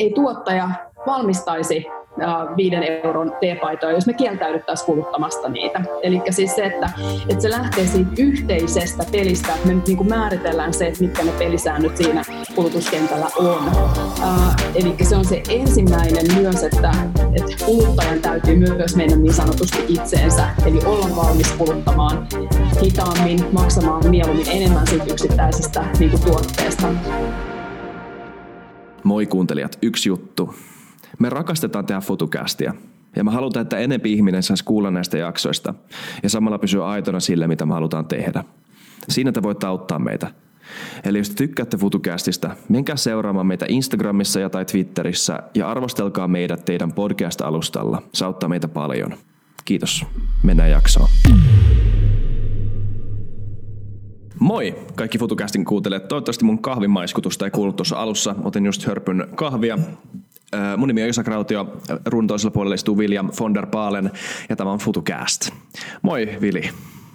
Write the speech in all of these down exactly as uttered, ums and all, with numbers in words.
ei tuottaja valmistaisi viiden euron teepaitoja, jos me kieltäydyttäisiin kuluttamasta niitä. Eli siis se, että, että se lähtee siitä yhteisestä pelistä, että me nyt niin kuin määritellään se, että mitkä ne pelisäännöt siinä kulutuskentällä on. Äh, eli se on se ensimmäinen myös, että, että kuluttajan täytyy myös mennä niin sanotusti itseensä, eli olla valmis kuluttamaan hitaammin, maksamaan mieluummin enemmän siitä yksittäisestä niin kuin tuotteesta. Moi kuuntelijat, yksi juttu. Me rakastetaan tehdä FutuCastia ja me halutaan, että enempi ihminen saisi kuulla näistä jaksoista ja samalla pysyä aitona sille, mitä me halutaan tehdä. Siinä te voitte auttaa meitä. Eli jos te tykkäätte FutuCastista, menkää seuraamaan meitä Instagramissa ja tai Twitterissä ja arvostelkaa meidät teidän podcast-alustalla. Se auttaa meitä paljon. Kiitos. Mennään jaksoon. Moi kaikki FutuCastin kuuntelijat. Toivottavasti mun kahvin maiskutusta ei kuullut tuossa alussa. Otin just hörpyn kahvia. Mun nimi on Isak Rautio, ruudun toisella puolella istuu William von der Baalen ja tämä on FutuCast. Moi Vili.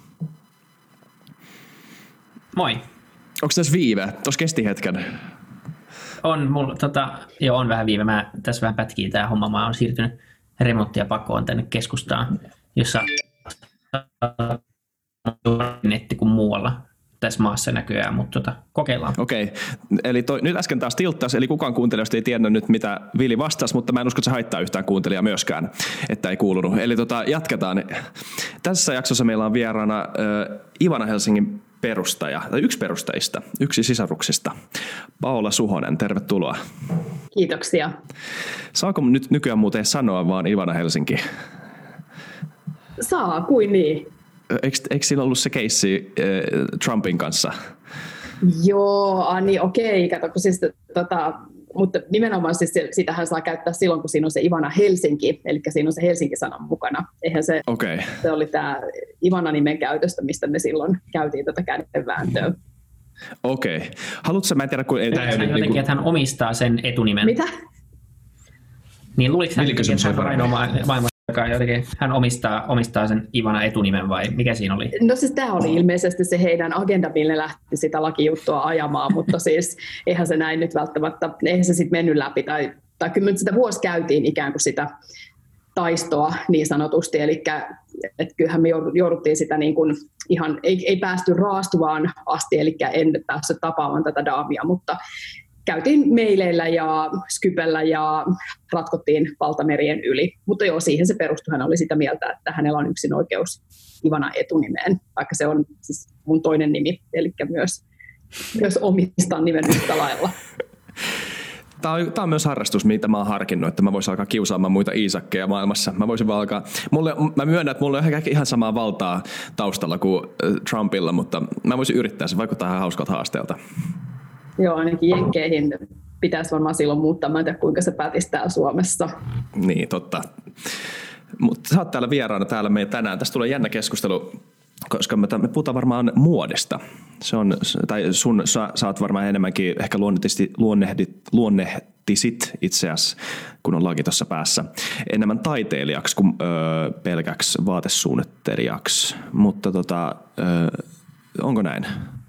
Moi. Onko tässä viive? Tuossa kesti hetken. On, mulla, tota, joo, on vähän viive. Mä tässä vähän pätkii tää homma. Mä oon siirtynyt remonttia pakoon tänne keskustaan, jossa netti kuin muualla tässä maassa näköjään, mutta tota, kokeillaan. Okei, eli toi, nyt äsken taas tilttasi, eli kukaan kuuntelijoista ei tiennyt nyt, mitä Vili vastasi, mutta mä en usko, että se haittaa yhtään kuuntelijaa myöskään, että ei kuulunut. Eli tota, jatketaan. Tässä jaksossa meillä on vieraana äh, Ivana Helsingin perustaja, tai yksi perustajista, yksi sisaruksista, Paola Suhonen, tervetuloa. Kiitoksia. Saako nyt nykyään muuten sanoa vaan Ivana Helsinki? Saa, kuin niin. Eikö, eikö sillä ollut se keissi äh, Trumpin kanssa? Joo, ah, niin okei, kato, kun siis, tota, mutta nimenomaan siis sitähän saa käyttää silloin, kun siinä on se Ivana Helsinki, eli siinä on se Helsinki-sana mukana. Eihän se, okay. Se oli tämä Ivana-nimen käytöstä, mistä me silloin käytiin tätä kädenvääntöä. Okei. Okay. Haluatko, mä en tiedä, kun ei... Tämä jotenkin, niin kuin... että hän omistaa sen etunimen. Mitä? Niin luuliko hän, että hän on ainoa maailmassa, joka jotenkin, hän omistaa, omistaa sen Ivana etunimen vai mikä siinä oli? No siis tämä oli ilmeisesti se heidän agenda, millä lähti sitä lakijuttua ajamaan, mutta siis eihän se näin nyt välttämättä, eihän se sitten mennyt läpi. Tai, tai kyllä me sitä vuosi käytiin ikään kuin sitä taistoa niin sanotusti, eli että kyllähän me jouduttiin sitä niin kuin ihan, ei, ei päästy raastuvaan asti, eli en päässyt tapaamaan tätä daamia, mutta käytiin meileillä ja Skypellä ja ratkottiin valtamerien yli. Mutta joo, siihen se perustui. Hän oli sitä mieltä, että hänellä on yksin oikeus Ivana etunimeen, vaikka se on siis mun toinen nimi, eli myös, myös omistan nimen yhtä lailla. Tämä on, tämä on myös harrastus, mitä mä oon harkinnut, että mä voisin alkaa kiusaamaan muita Iisakkeja maailmassa. Mä voisin vaan alkaa, mulle, mä myönnän, että mulla on ehkä ihan samaa valtaa taustalla kuin Trumpilla, mutta mä voisin yrittää, se vaikuttaa ihan hauskalta haasteelta. Joo, ainakin jenkkeihin pitäisi varmaan silloin muuttaa. Mä en tiedä, kuinka se päätisi täällä Suomessa. Niin, totta. Mutta sä oot täällä vieraana täällä meidän tänään. Tästä tulee jännä keskustelu, koska me, me puhutaan varmaan muodista. Se on, tai sun, sä, sä oot varmaan enemmänkin ehkä luonnehdit, luonnehtisit itse asiassa, kun on laki tuossa päässä, enemmän taiteilijaksi kuin öö, pelkäksi vaatesuunnittelijaksi. Mutta tota, öö, onko näin?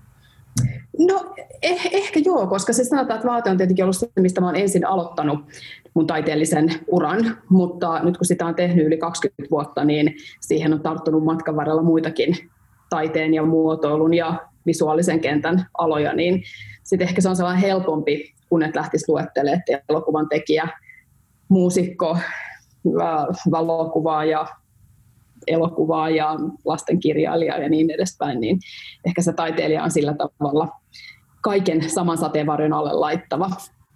No eh, ehkä joo, koska se sanotaan, että vaate on tietenkin ollut se, mistä mä oon ensin aloittanut mun taiteellisen uran, mutta nyt kun sitä on tehnyt yli kaksikymmentä vuotta, niin siihen on tarttunut matkan varrella muitakin taiteen ja muotoilun ja visuaalisen kentän aloja, niin sitten ehkä se on sellainen helpompi, kun et lähtisi luettelemaan elokuvan tekijä, muusikko, valokuvaa ja elokuvaa ja lastenkirjailija ja niin edespäin, niin ehkä se taiteilija on sillä tavalla kaiken saman sateenvarjon alle laittava.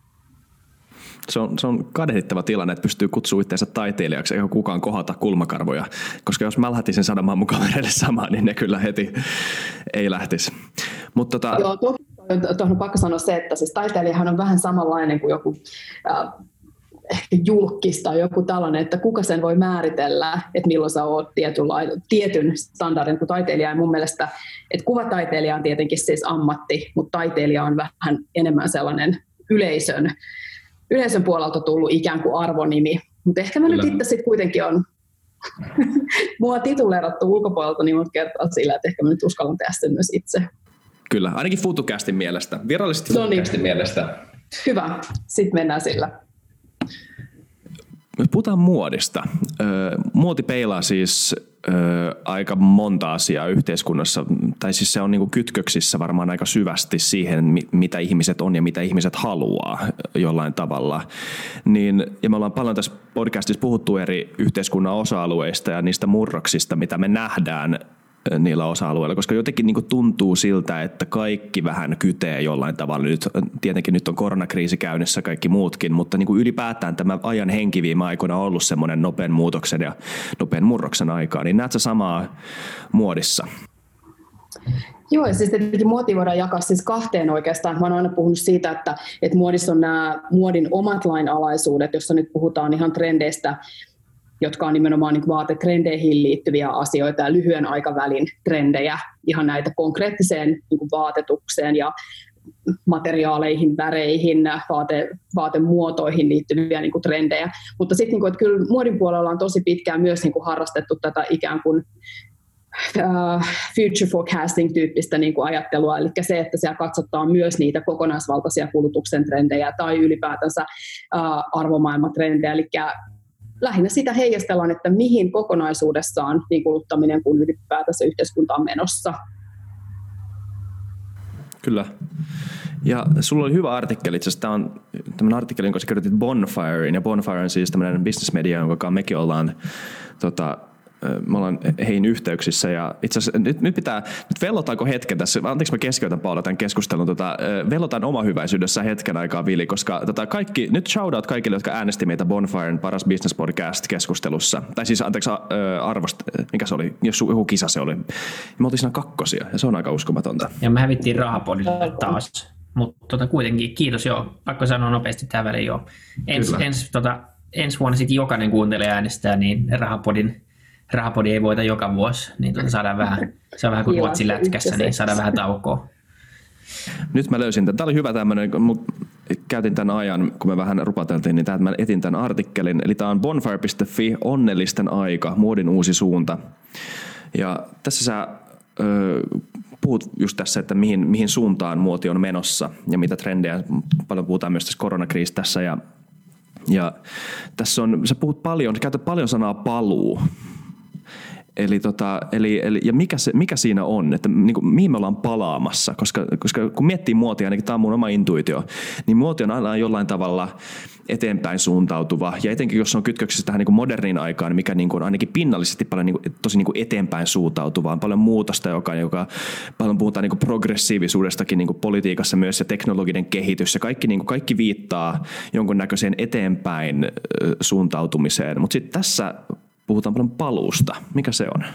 Se on, se on kadehdittava tilanne, että pystyy kutsumaan itseänsä taiteilijaksi, eikä kukaan kohata kulmakarvoja, koska jos mä lähtisin sanomaan mun kavereille samaa, niin ne kyllä heti ei lähtisi. Mut tota... Joo, tuohon on pakko sanoa se, että siis taiteilijahan on vähän samanlainen kuin joku äh, ehkä julkis tai joku tällainen, että kuka sen voi määritellä, että milloin sä oot tietyn standardin kuin taiteilija. Ja mun mielestä, että kuvataiteilija on tietenkin siis ammatti, mutta taiteilija on vähän enemmän sellainen yleisön, yleisön puolelta tullut ikään kuin arvonimi. Mutta ehkä mä Kyllä. nyt itse sitten kuitenkin on mua tituleerattu ulkopuolelta niin monta kertaa sillä, että ehkä mä nyt uskallan tehdä sen myös itse. Kyllä, ainakin FutuCastin mielestä, virallisesti FutuCastin mielestä. Hyvä, sitten mennään sillä. puhutaan muodista. Muoti peilaa siis aika monta asiaa yhteiskunnassa, tai siis se on niinku kytköksissä varmaan aika syvästi siihen, mitä ihmiset on ja mitä ihmiset haluaa jollain tavalla. Niin, ja me ollaan paljon tässä podcastissa puhuttu eri yhteiskunnan osa-alueista ja niistä murroksista, mitä me nähdään niillä osa-alueilla, koska jotenkin niin kuin tuntuu siltä, että kaikki vähän kytee jollain tavalla. Nyt, tietenkin nyt on koronakriisi käynnissä, kaikki muutkin, mutta niin kuin ylipäätään tämä ajan henki viime aikoina on ollut semmoinen nopean muutoksen ja nopean murroksen aikaa. Niin näetkö samaa muodissa? Joo, ja siis tietenkin muotia voidaan jakaa siis kahteen oikeastaan. Mä oon aina puhunut siitä, että, että muodissa on nämä muodin omat lainalaisuudet, jossa nyt puhutaan ihan trendeistä, jotka on nimenomaan niin vaatetrendeihin liittyviä asioita ja lyhyen aikavälin trendejä, ihan näitä konkreettiseen niin kuin vaatetukseen ja materiaaleihin, väreihin, vaate, vaatemuotoihin liittyviä niin kuin trendejä. Mutta sitten niin että kyllä muodin puolella on tosi pitkään myös niin kuin harrastettu tätä ikään kuin Uh, future forecasting-tyyppistä niin kuin ajattelua, eli se, että siellä katsotaan myös niitä kokonaisvaltaisia kulutuksen trendejä tai ylipäätänsä uh, arvomaailmatrendejä, eli lähinnä sitä heijastellaan, että mihin kokonaisuudessaan niin kuluttaminen kuin ylipäätänsä yhteiskunta on menossa. Kyllä. Ja sulla oli hyvä artikkeli, itse asiassa tämä on tämmöinen artikkeli, jonka sä kirjoitit Bonfirein, ja Bonfire on siis tämmöinen business-media, jonka mekin ollaan tota, me ollaan heihin yhteyksissä ja itse asiassa nyt, nyt pitää, nyt vellotaanko hetken tässä, anteeksi mä keskeytän Paula tämän keskustelun, tota, vellotaan omahyväisyydessä hetken aikaa Vili, koska tota, kaikki, nyt shoutout kaikille, jotka äänesti meitä Bonfiren paras business podcast keskustelussa, tai siis anteeksi arvost, mikä se oli, jos joku kisa se oli, me oltiin siinä kakkosia ja se on aika uskomatonta. Ja me hävittiin Rahapodille taas, mutta tota, kuitenkin kiitos joo, pakko sanoa nopeasti tämän väliin joo. Ens, ens, tota, ensi vuonna sitten jokainen kuuntelija äänestää, niin Rahapodin Rahapodi ei voita joka vuosi, niin tuota saadaan vähän, se on vähän kuin Ruotsin lätkässä, niin saadaan vähän taukoa. Nyt mä löysin tämän. Tämä oli hyvä tämmöinen, kun käytin tämän ajan, kun me vähän rupateltiin, niin täältä mä etin tämän artikkelin. Eli tämä on bonfire piste fi, onnellisten aika, muodin uusi suunta. Ja tässä sä ö, puhut just tässä, että mihin, mihin suuntaan muoti on menossa ja mitä trendejä. Paljon puhutaan myös tässä koronakriisistä tässä ja, ja tässä on, sä puhut paljon, sä käytät paljon sanaa paluu. Eli, tota, eli, eli ja mikä, se, mikä siinä on, että niin kuin, mihin me ollaan palaamassa, koska, koska kun miettii muotia, ainakin tämä on mun oma intuitio, niin muoti on aina jollain tavalla eteenpäin suuntautuva, ja etenkin jos on kytköksissä tähän niin kuin moderniin aikaan, mikä niin kuin, ainakin pinnallisesti paljon niin kuin, tosi niin kuin eteenpäin suuntautuvaa, on paljon muutosta, joka, joka paljon puhutaan niin kuin progressiivisuudestakin niin kuin politiikassa myös, ja teknologinen kehitys, ja kaikki, niin kuin, kaikki viittaa jonkunnäköiseen eteenpäin suuntautumiseen, mutta sitten tässä puhutaan paljon paluusta. Mikä se on?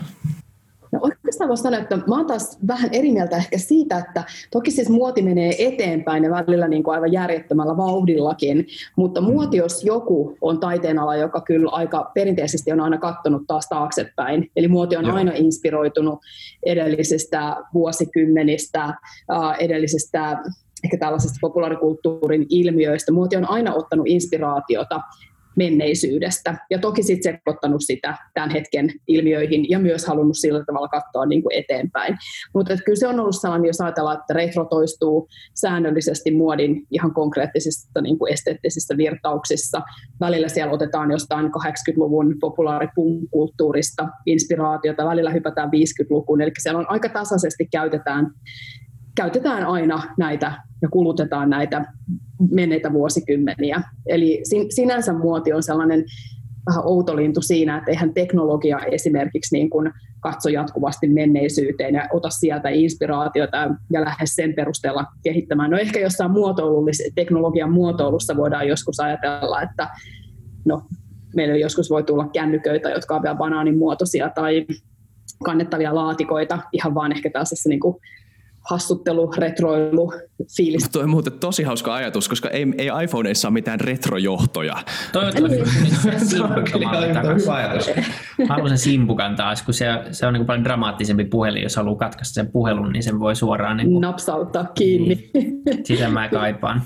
No oikeastaan voisi sanoa, että mä oon taas vähän eri mieltä ehkä siitä, että toki siis muoti menee eteenpäin ja välillä niin kuin aivan järjettömällä vauhdillakin, mutta muoti jos joku on taiteenala, joka kyllä aika perinteisesti on aina katsonut taas taaksepäin. Eli muoti on Joo. aina inspiroitunut edellisistä vuosikymmenistä, edellisistä ehkä tällaisista populaarikulttuurin ilmiöistä. Muoti on aina ottanut inspiraatiota menneisyydestä ja toki sitten sekoittanut sitä tämän hetken ilmiöihin ja myös halunnut sillä tavalla katsoa niin kuin eteenpäin. Mutta kyllä se on ollut sellainen, jos ajatellaan, että retro toistuu säännöllisesti muodin ihan konkreettisista niin kuin esteettisistä virtauksissa. Välillä siellä otetaan jostain kahdeksankymmentäluvun populaaripunkkulttuurista inspiraatiota, välillä hypätään viisikymmentälukuun, eli siellä on aika tasaisesti käytetään käytetään aina näitä ja kulutetaan näitä menneitä vuosikymmeniä. Eli sinänsä muoti on sellainen vähän outolintu siinä, että eihän teknologia esimerkiksi niin kuin katso jatkuvasti menneisyyteen ja ota sieltä inspiraatiota ja lähde sen perusteella kehittämään. No ehkä jossain muotoilullis- teknologian muotoilussa voidaan joskus ajatella, että no, meillä joskus voi tulla kännyköitä, jotka on vielä banaanin muotoisia tai kannettavia laatikoita, ihan vaan ehkä tällaisessa niin kuin hassuttelu, retroilu, fiilis. Tuo on muuten tosi hauska ajatus, koska ei, ei iPhoneissa ole mitään retrojohtoja. Toivottavasti sen simpukamalli takaisin. Mä haluan sen simpukan taas, kun se, se on niin kuin paljon dramaattisempi puhelin. Jos haluaa katkaista sen puhelun, niin sen voi suoraan niin kuin napsauttaa kiinni. Niin, sitä mä kaipaan.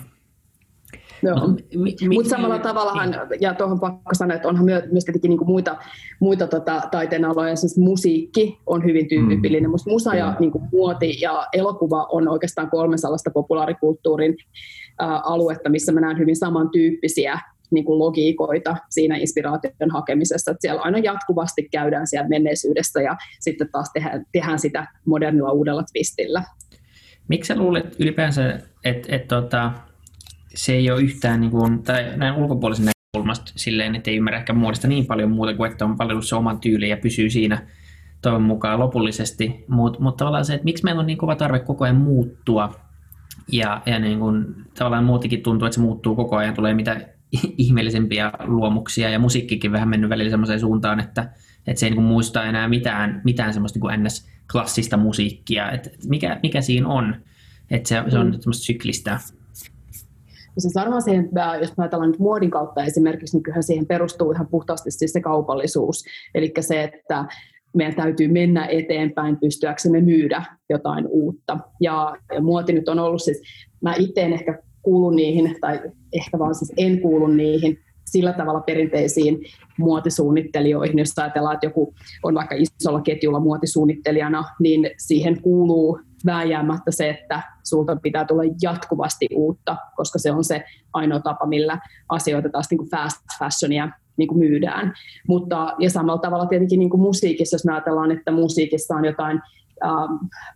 Mutta Mut samalla tavallahan, ja tuohon pakko sanoa, että onhan myös tietenkin niinku muita, muita tota, taiteenaloja, siis musiikki on hyvin tyypillinen, mm. musta musa ja niinku, muoti ja elokuva on oikeastaan kolme sellaista populaarikulttuurin ä, aluetta, missä mä näen hyvin samantyyppisiä niin kuin logiikoita siinä inspiraation hakemisessa. Että siellä aina jatkuvasti käydään siellä menneisyydestä ja sitten taas tehdään, tehdään sitä modernilla uudella twistillä. Miksi sä luulet ylipäänsä, että et, tota, se ei ole yhtään, niin kuin, tai näin ulkopuolisen näkökulmasta silleen, että ei ymmärrä ehkä muodista niin paljon muuta kuin, että on paljon se oman tyyli ja pysyy siinä toivon mukaan lopullisesti, mutta mut tavallaan se, että miksi meillä on niin kova tarve koko ajan muuttua, ja, ja niin kun, tavallaan muutikin tuntuu, että se muuttuu koko ajan, tulee mitä ihmeellisempiä luomuksia, ja musiikkikin vähän mennyt välillä semmoiseen suuntaan, että, että se ei niin muista enää mitään, mitään semmoista niin ns-klassista musiikkia, että mikä, mikä siinä on, että se, se on mm. semmoista syklistä. Siis varmaan siihen, jos mä ajatellaan nyt muodin kautta esimerkiksi, niin kyllähän siihen perustuu ihan puhtaasti siis se kaupallisuus, eli se, että meidän täytyy mennä eteenpäin pystyäksemme myydä jotain uutta. Ja, ja muoti nyt on ollut siis, mä itse en ehkä kuulu niihin, tai ehkä vaan siis en kuulu niihin sillä tavalla perinteisiin muotisuunnittelijoihin. Jos ajatellaan, että joku on vaikka isolla ketjulla muotisuunnittelijana, niin siihen kuuluu vääjäämättä se, että sulta pitää tulla jatkuvasti uutta, koska se on se ainoa tapa, millä asioita taas niin kuin fast fashionia niin kuin myydään. Mutta, ja samalla tavalla tietenkin niin kuin musiikissa, jos me ajatellaan, että musiikissa on jotain ähm,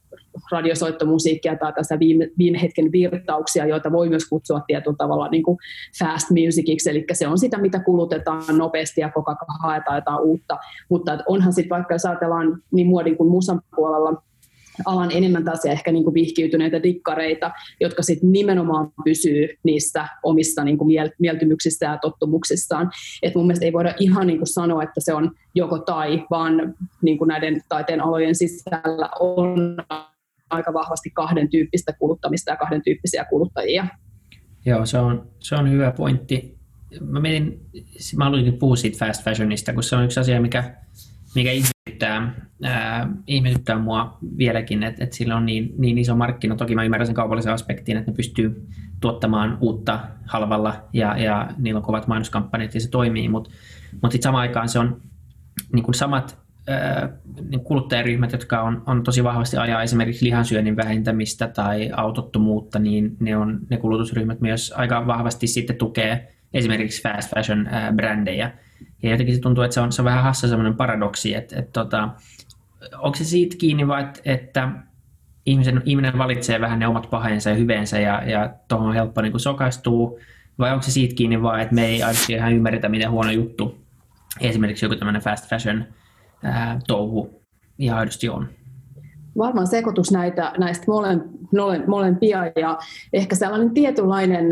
radiosoittomusiikkia tai tässä viime, viime hetken virtauksia, joita voi myös kutsua tietyllä tavalla niin kuin fast musiciksi, eli se on sitä, mitä kulutetaan nopeasti ja koko ajan haetaan jotain uutta. Mutta onhan sitten vaikka, jos ajatellaan niin muodin kuin musan puolella, alan enemmän taas ehkä niin kuin vihkiytyneitä dikkareita, jotka sitten nimenomaan pysyy niissä omissa niin kuin mieltymyksissä ja tottumuksissaan. Et mun mielestä ei voida ihan niin kuin sanoa, että se on joko tai, vaan niin kuin näiden taiteen alojen sisällä on aika vahvasti kahden tyyppistä kuluttamista ja kahden tyyppisiä kuluttajia. Joo, se on, se on hyvä pointti. Mä, mietin, mä haluaisin puhua siitä fast fashionista, kun se on yksi asia, mikä mikä ihmetyttää, ää, ihmetyttää mua vieläkin, että et sillä on niin, niin iso markkina. Toki mä ymmärrän sen kaupallisen aspektin, että ne pystyy tuottamaan uutta halvalla ja, ja niillä on kovat mainoskampanjat ja se toimii, mutta mut sitten samaan aikaan se on niin kuin samat ää, niin kuluttajaryhmät, jotka on, on tosi vahvasti ajaa esimerkiksi lihansyönnin vähentämistä tai autottomuutta, niin ne, on, ne kulutusryhmät myös aika vahvasti sitten tukee esimerkiksi fast fashion ää, brändejä. Ja jotenkin se tuntuu, että se on, se on vähän hassa semmoinen paradoksi, että, että, että onko se siitä kiinni vai, että, että ihmisen, ihminen valitsee vähän ne omat paheensa ja hyveensä ja, ja tuohon on helppo niin kuin sokastua, vai onko se siitä kiinni vai, että me ei aidosti ihan ymmärretä, miten huono juttu esimerkiksi joku tämmöinen fast fashion ää, touhu ihan aidosti on. Varmaan sekoitus näitä, näistä mole, mole, molempia ja ehkä sellainen tietynlainen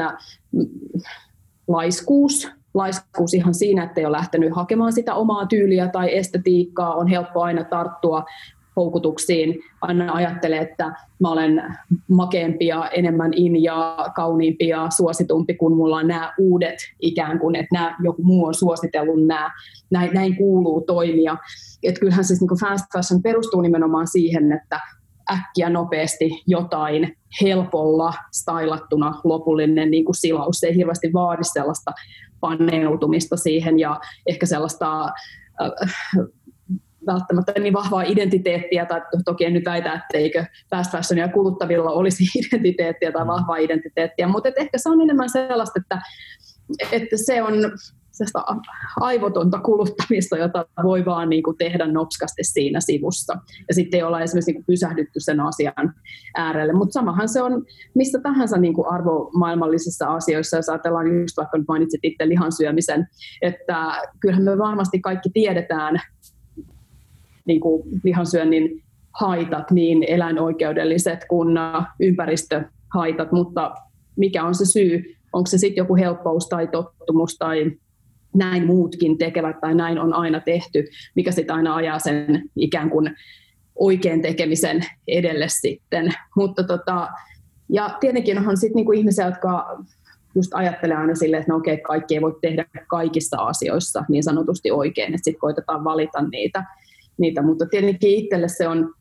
laiskuus, laiskuus ihan siinä, että ei ole lähtenyt hakemaan sitä omaa tyyliä tai estetiikkaa, on helppo aina tarttua houkutuksiin, aina ajattelee, että mä olen makeampi ja enemmän in ja kauniimpi ja suositumpi, kun mulla on nämä uudet ikään kuin, että nämä, joku muu on suositellut nämä, näin, näin kuuluu toimia. Että kyllähän siis niin kuin fast fashion perustuu nimenomaan siihen, että äkkiä nopeasti jotain helpolla stylattuna lopullinen niin kuin silaus. Se ei hirveästi vaadi sellaista paneutumista siihen ja ehkä sellaista äh, välttämättä niin vahvaa identiteettiä, tai toki en nyt väitä, etteikö fast fashionia kuluttavilla olisi identiteettiä tai vahvaa identiteettiä, mutta ehkä se on enemmän sellaista, että, että se on sellaista aivotonta kuluttamista, jota voi vaan niin kuin tehdä nopskasti siinä sivussa. Ja sitten ei olla esimerkiksi niin kuin pysähdytty sen asian äärelle. Mutta samahan se on missä tahansa niin kuin arvomaailmallisissa asioissa, jos ajatellaan just vaikka nyt mainitsit itse lihansyömisen, että kyllähän me varmasti kaikki tiedetään niin kuin lihansyönnin haitat, niin eläinoikeudelliset kuin ympäristöhaitat, mutta mikä on se syy? Onko se sitten joku helppous tai tottumus tai näin muutkin tekevät tai näin on aina tehty, mikä sitten aina ajaa sen ikään kuin oikean tekemisen edelle sitten. Mutta tota, ja tietenkin onhan sitten niinku ihmisiä, jotka just ajattelee aina silleen, että no okei, kaikki ei voi tehdä kaikissa asioissa niin sanotusti oikein, että sitten koitetaan valita niitä, niitä. Mutta tietenkin itselle se on,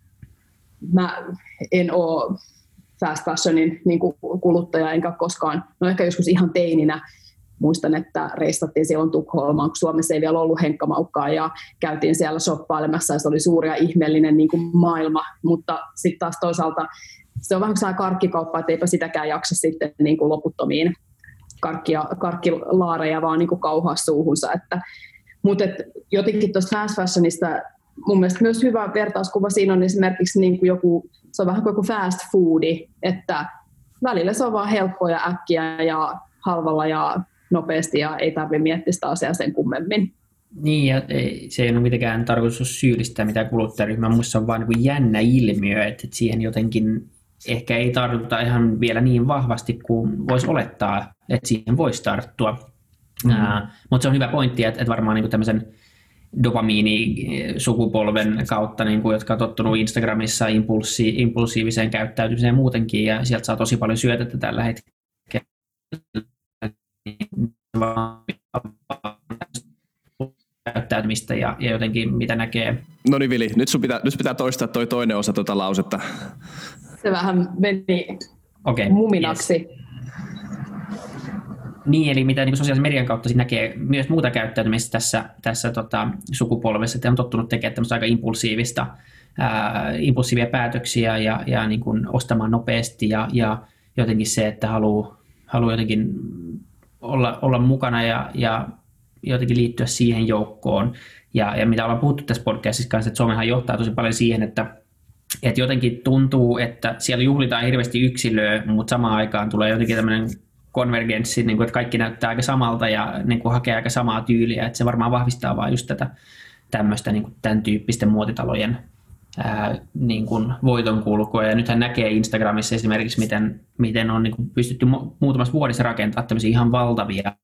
mä en ole fast fashionin niin kuin kuluttaja, enkä koskaan, no ehkä joskus ihan teininä, muistan, että reissattiin silloin Tukholmaan, kun Suomessa ei vielä ollut henkkamaukkaa ja käytiin siellä shoppailemassa ja se oli suuri ja ihmeellinen niin kuin maailma, mutta sitten taas toisaalta se on vähän sellainen karkkikauppa, että eipä sitäkään jaksa sitten niin kuin loputtomiin karkkia, karkkilaareja vaan niin kuin kauhaa suuhunsa. Että, mutta et jotenkin tuosta fast fashionista mun mielestä myös hyvä vertauskuva siinä on esimerkiksi niin kuin joku, se on vähän kuin joku fast foodi, että välillä se on vaan helppoa ja äkkiä ja halvalla ja nopeasti ja ei tarvitse miettiä sitä asiaa sen kummemmin. Niin, ja se ei ole mitenkään tarkoitus syyllistää mitään kuluttajaryhmää, mutta se on vaan niin jännä ilmiö, että siihen jotenkin ehkä ei tartuta ihan vielä niin vahvasti kuin voisi olettaa, että siihen voisi tarttua. Mm-hmm. Uh, mutta se on hyvä pointti, että, että varmaan niin kuin tämmöisen dopamiinisukupolven kautta, niin kuin, jotka on tottunut Instagramissa impulsi, impulsiiviseen käyttäytymiseen muutenkin, ja sieltä saa tosi paljon syötettä tällä hetkellä. Käyttäytymistä ja, ja jotenkin mitä näkee. No niin Vili, nyt sun pitää, nyt pitää toistaa toi toinen osa tuota lausetta. Se vähän meni okay, muminaksi. Yes. Niin, eli mitä niin sosiaalisen median kautta näkee myös muuta käyttäytymistä tässä, tässä tota, sukupolvessa, että on tottunut tekemään tämmöistä aika impulsiivista, ää, impulsiivia päätöksiä ja, ja niin kuin ostamaan nopeasti ja, ja jotenkin se, että haluaa haluu jotenkin olla, olla mukana ja, ja jotenkin liittyä siihen joukkoon. Ja, ja mitä ollaan puhuttu tässä podcastissa kanssa, että somehan johtaa tosi paljon siihen, että, että jotenkin tuntuu, että siellä juhlitaan hirveästi yksilöä, mutta samaan aikaan tulee jotenkin tämmöinen konvergenssi, niin kuin, että kaikki näyttää aika samalta ja niin kuin hakee aika samaa tyyliä, että se varmaan vahvistaa vaan just tätä tämmöistä niin kuin tämän tyyppisten muotitalojen ää, niin kuin voitonkulkua. Ja nythän näkee Instagramissa esimerkiksi, miten, miten on niin kuin pystytty muutamassa vuodessa rakentamaan tämmöisiä ihan valtavia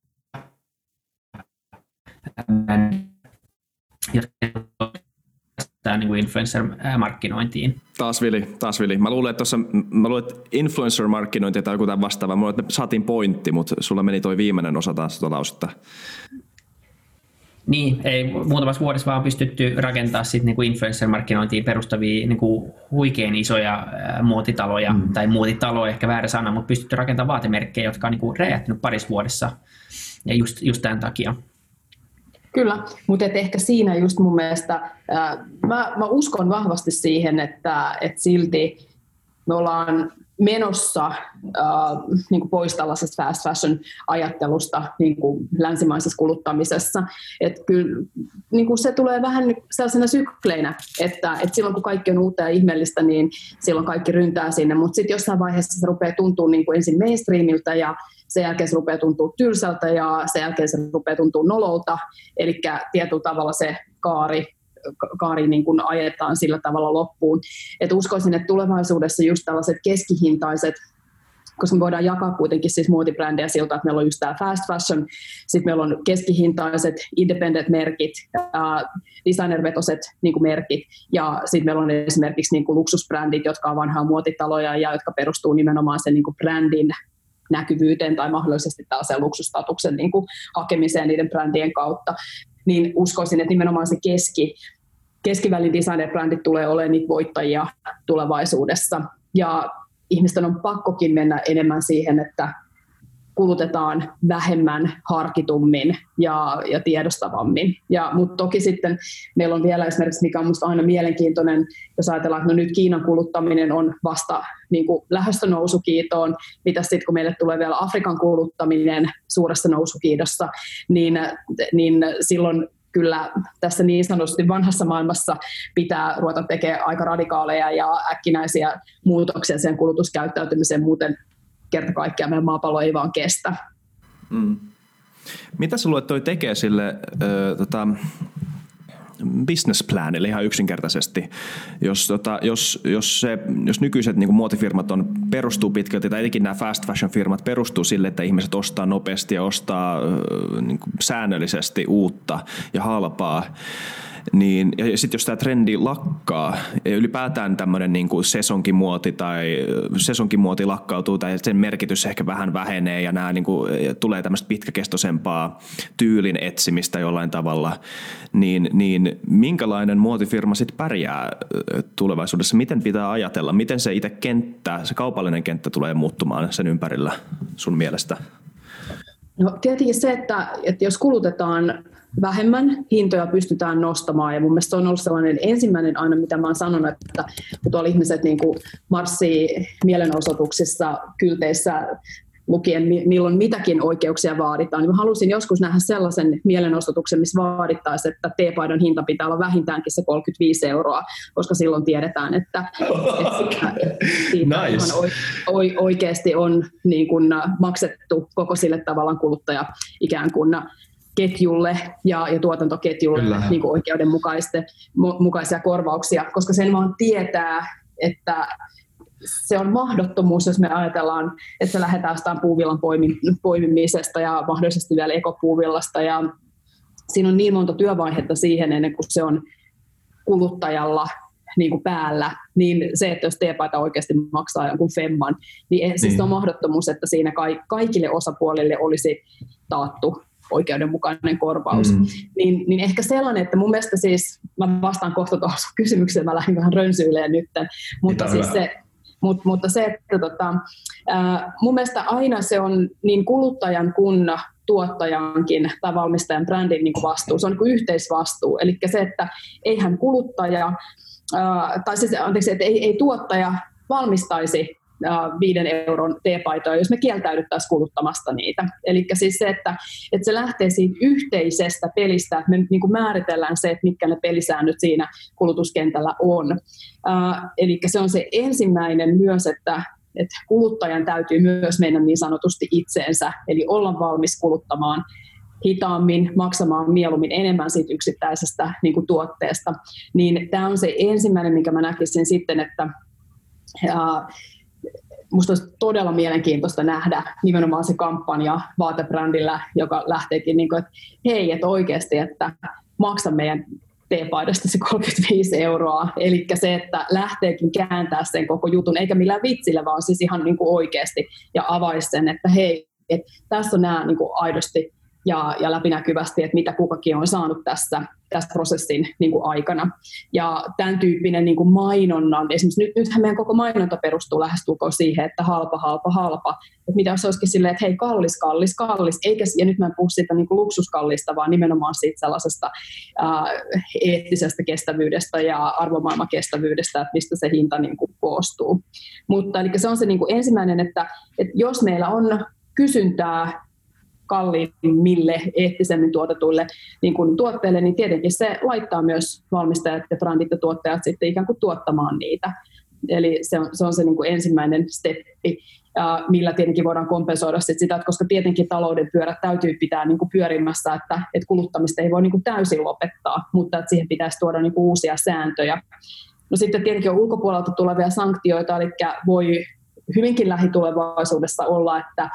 niin kuin influencer-markkinointiin. Taas Vili, taas Vili. Mä luulen, että, tossa, mä luulen, että influencer-markkinointi tai joku tämän vastaava. Mä luulen, että saatiin pointti, mutta sulla meni toi viimeinen osa taas tuota lausetta. Niin, ei muutamassa vuodessa vaan pystytty rakentamaan sit niinku influencer-markkinointiin perustavia niinku huikein isoja muotitaloja, mm. tai muotitalo ehkä väärä sana, mutta pystytty rakentamaan vaatemerkkejä, jotka on niinku räjähtynyt parissa vuodessa ja just, just tämän takia. Kyllä, mutta et ehkä siinä just mun mielestä, ää, mä, mä uskon vahvasti siihen, että et silti me ollaan menossa ää, niin kuin pois tällaisesta fast fashion ajattelusta niin kuin länsimaisessa kuluttamisessa. Et kyllä niin kuin se tulee vähän sellaisena sykleinä, että, että silloin kun kaikki on uutta ja ihmeellistä, niin silloin kaikki ryntää sinne, mutta sitten jossain vaiheessa se rupeaa tuntua niin kuin ensin mainstreamilta ja sen jälkeen se rupeaa tuntua tylsältä ja sen jälkeen se rupeaa tuntua nololta. Eli tietyllä tavalla se kaari, kaari niin kuin ajetaan sillä tavalla loppuun. Et uskoisin, että tulevaisuudessa just tällaiset keskihintaiset, koska me voidaan jakaa kuitenkin siis muotibrändejä siltä, että meillä on just tämä fast fashion, sitten meillä on keskihintaiset independent-merkit, äh, designer-vetoset niin kuin merkit, ja sitten meillä on esimerkiksi niin kuin luksusbrändit, jotka on vanhaa muotitaloja ja jotka perustuu nimenomaan sen niin kuin brändin näkyvyyteen tai mahdollisesti tällaisen luksustatuksen niin kuin hakemiseen niiden brändien kautta, niin uskoisin, että nimenomaan se keski, keskivälin designer-brändit tulee olemaan niitä voittajia tulevaisuudessa. Ja ihmisten on pakkokin mennä enemmän siihen, että kulutetaan vähemmän, harkitummin ja, ja tiedostavammin. Ja, mutta toki sitten meillä on vielä esimerkiksi, mikä on minusta aina mielenkiintoinen, jos ajatellaan, että no nyt Kiinan kuluttaminen on vasta niin kuin lähdössä nousukiitoon, mitä sitten kun meille tulee vielä Afrikan kuluttaminen suuressa nousukiidossa, niin, niin silloin kyllä tässä niin sanotusti vanhassa maailmassa pitää ruveta tekemään aika radikaaleja ja äkkinäisiä muutoksia sen kulutuskäyttäytymiseen, muuten kerta kaikkiaan meidän maapallo ei vaan kestä. Mm. Mitä sä luulet toi tekee sille ö, tota, business planille ihan yksinkertaisesti, jos, tota, jos, jos, se, jos nykyiset niin kuin muotifirmat on, perustuu pitkälti, tai etenkin nämä fast fashion firmat perustuu sille, että ihmiset ostaa nopeasti ja ostaa ö, niin kuin säännöllisesti uutta ja halpaa, niin, ja sitten jos tämä trendi lakkaa, ja ylipäätään tämmöinen niin kuin sesonkimuoti tai sesonkimuoti lakkautuu tai sen merkitys ehkä vähän vähenee ja nämä niin kuin, tulee tämmöistä pitkäkestoisempaa tyylin etsimistä jollain tavalla, niin, niin minkälainen muotifirma sitten pärjää tulevaisuudessa? Miten pitää ajatella? Miten se itse kenttä, se kaupallinen kenttä tulee muuttumaan sen ympärillä sun mielestä? No tietenkin se, että, että jos kulutetaan vähemmän, hintoja pystytään nostamaan, ja mun mielestä se on ollut sellainen ensimmäinen aina, mitä mä oon sanonut, että kun tuolla ihmiset niin kuin marssii mielenosoituksissa, kylteissä lukien milloin mitäkin oikeuksia vaaditaan. Niin mä halusin joskus nähdä sellaisen mielenosoituksen, missä vaadittaisiin, että teepaidan hinta pitää olla vähintäänkin se kolmekymmentäviisi euroa, koska silloin tiedetään, että, että siitä nice. Oikeasti on niin kuin maksettu koko sille tavallaan kuluttaja ikään kuin ketjulle ja, ja tuotantoketjulle niin kuin oikeudenmukaisia korvauksia, koska sen vaan tietää, että se on mahdottomuus, jos me ajatellaan, että se lähdetään jostain puuvillan poimimisesta ja mahdollisesti vielä ekopuuvillasta. Ja siinä on niin monta työvaihetta siihen, ennen kuin se on kuluttajalla niin kuin päällä. Niin se, että jos teepaita oikeasti maksaa jonkun femman, niin, niin. Siis on mahdottomuus, että siinä kaikille osapuolille olisi taattu oikeudenmukainen korvaus. Mm. Niin, niin ehkä sellainen, että mun mielestä siis, mä vastaan kohta tuohon kysymykseen, mä lähdin vähän rönsyilemään nyt, mutta siis se, Mut, mutta se, että tota, ää, mun mielestä aina se on niin kuluttajan kuin tuottajankin tai valmistajan brändin niin kuin vastuu. Se on niin kuin yhteisvastuu. Eli se, että eihän kuluttaja, ää, tai siis, anteeksi, että ei, ei tuottaja valmistaisi ää, viiden euron teepaitoja, jos me kieltäydyttäisiin kuluttamasta niitä. Eli siis se, että, että se lähtee siitä yhteisestä pelistä, että me niin kuin määritellään se, että mitkä ne pelisäännöt siinä kulutuskentällä on. Uh, eli se on se ensimmäinen myös, että, että kuluttajan täytyy myös mennä niin sanotusti itseensä, eli olla valmis kuluttamaan hitaammin, maksamaan mieluummin enemmän siitä yksittäisestä niin kuin tuotteesta. Niin tämä on se ensimmäinen, minkä mä näkisin sitten, että uh, musta olisi todella mielenkiintoista nähdä nimenomaan se kampanja vaatebrändillä, joka lähteekin niin kuin, että hei, että oikeasti, että maksa meidän teepaidasta se kolmekymmentäviisi euroa, eli se, että lähteekin kääntää sen koko jutun, eikä millään vitsillä, vaan siis ihan niin kuin oikeasti, ja avaisi sen, että hei, että tässä on nämä niin kuin aidosti ja, ja läpinäkyvästi, että mitä kukakin on saanut tässä, tässä prosessin niin kuin aikana. Ja tämän tyyppinen niin kuin mainonnan, esimerkiksi nyt, nythän meidän koko mainonta perustuu lähestulkoon siihen, että halpa, halpa, halpa. Että mitä jos olisikin silleen, että hei, kallis, kallis, kallis, eikä, ja nyt mä en puhu siitä niin kuin luksuskallista, vaan nimenomaan siitä sellaisesta ää, eettisestä kestävyydestä ja arvomaailman kestävyydestä, että mistä se hinta niin kuin koostuu. Mutta eli se on se niin kuin ensimmäinen, että, että jos meillä on kysyntää kalliimmille, eettisemmin tuotetuille niin kuin tuotteille, niin tietenkin se laittaa myös valmistajat ja brändit ja tuottajat sitten ikään kuin tuottamaan niitä. Eli se on se, on se niin kuin ensimmäinen steppi, millä tietenkin voidaan kompensoida sit sitä, että koska tietenkin talouden pyörät täytyy pitää niin kuin pyörimässä, että, että kuluttamista ei voi niin kuin täysin lopettaa, mutta että siihen pitäisi tuoda niin kuin uusia sääntöjä. No sitten tietenkin on ulkopuolelta tulevia sanktioita, eli voi hyvinkin lähitulevaisuudessa olla, että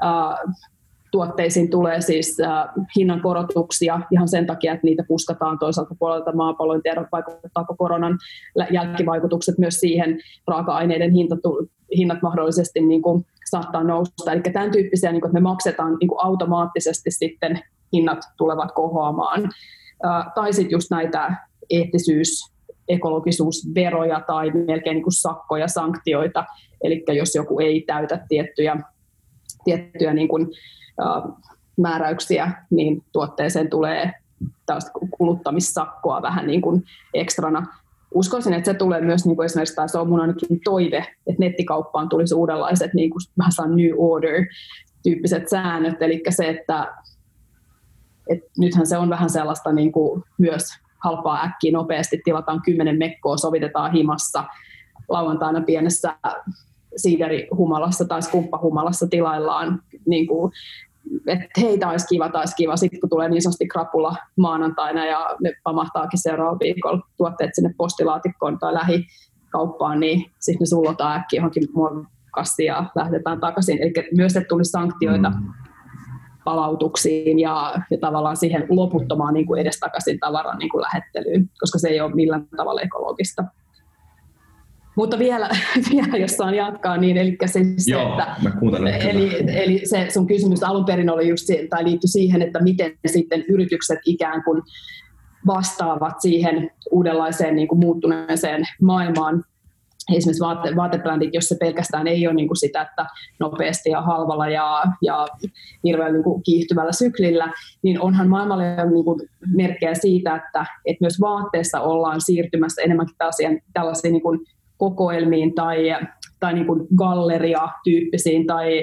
tuotteisiin tulee siis äh, hinnankorotuksia ihan sen takia, että niitä puskataan toisaalta puolelta maapallon. Tiedot vaikuttaako koronan jälkivaikutukset myös siihen, raaka-aineiden hinta, hinnat mahdollisesti niin kuin saattaa nousta. Eli tämän tyyppisiä, niin kuin, että me maksetaan niin kuin automaattisesti sitten hinnat tulevat kohoamaan. Äh, tai sitten just näitä eettisyys, ekologisuusveroja tai melkein niin kuin sakkoja, sanktioita. Eli jos joku ei täytä tiettyjä, tiettyjä niin kuin määräyksiä, niin tuotteeseen tulee tällaista kuluttamissakkoa vähän niin kuin ekstrana. Uskoisin, että se tulee myös niin kuin esimerkiksi, tai se on mun ainakin toive, että nettikauppaan tulisi uudenlaiset niin kuin vähän saa New Order-tyyppiset säännöt, eli se, että, että nythän se on vähän sellaista niin kuin myös halpaa äkkiä nopeasti, tilataan kymmenen mekkoa, sovitetaan himassa, lauantaina pienessä siiderihumalassa tai skumppahumalassa tilaillaan, niin kuin, että hei, tämä olisi kiva, tämä olisi kiva. Sitten kun tulee niin sanotusti krapula maanantaina ja ne pamahtaakin seuraavalla viikolla tuotteet sinne postilaatikkoon tai lähikauppaan, niin sitten ne sullotaan äkkiä johonkin muovikassiin ja lähdetään takaisin. Eli myös, että tulisi sanktioita mm. palautuksiin ja, ja tavallaan siihen loputtomaan niin kuin edestakaisin tavaran niin kuin lähettelyyn, koska se ei ole millään tavalla ekologista. Mutta vielä, vielä, jos saan jatkaa, niin eli se, Joo, että, eli, eli se sun kysymys alun perin oli just, tai liittyi siihen, että miten sitten yritykset ikään kuin vastaavat siihen uudenlaiseen niin kuin muuttuneeseen maailmaan. Esimerkiksi vaate, vaatebrändit, jos se pelkästään ei ole niin kuin sitä, että nopeasti ja halvalla ja, ja hirveän niin kuin kiihtyvällä syklillä, niin onhan maailmalla niin kuin merkkejä siitä, että, että myös vaatteessa ollaan siirtymässä enemmänkin tällaisiin, tällaisiin niin kuin kokoelmiin tai, tai niin kuin galleria-tyyppisiin tai,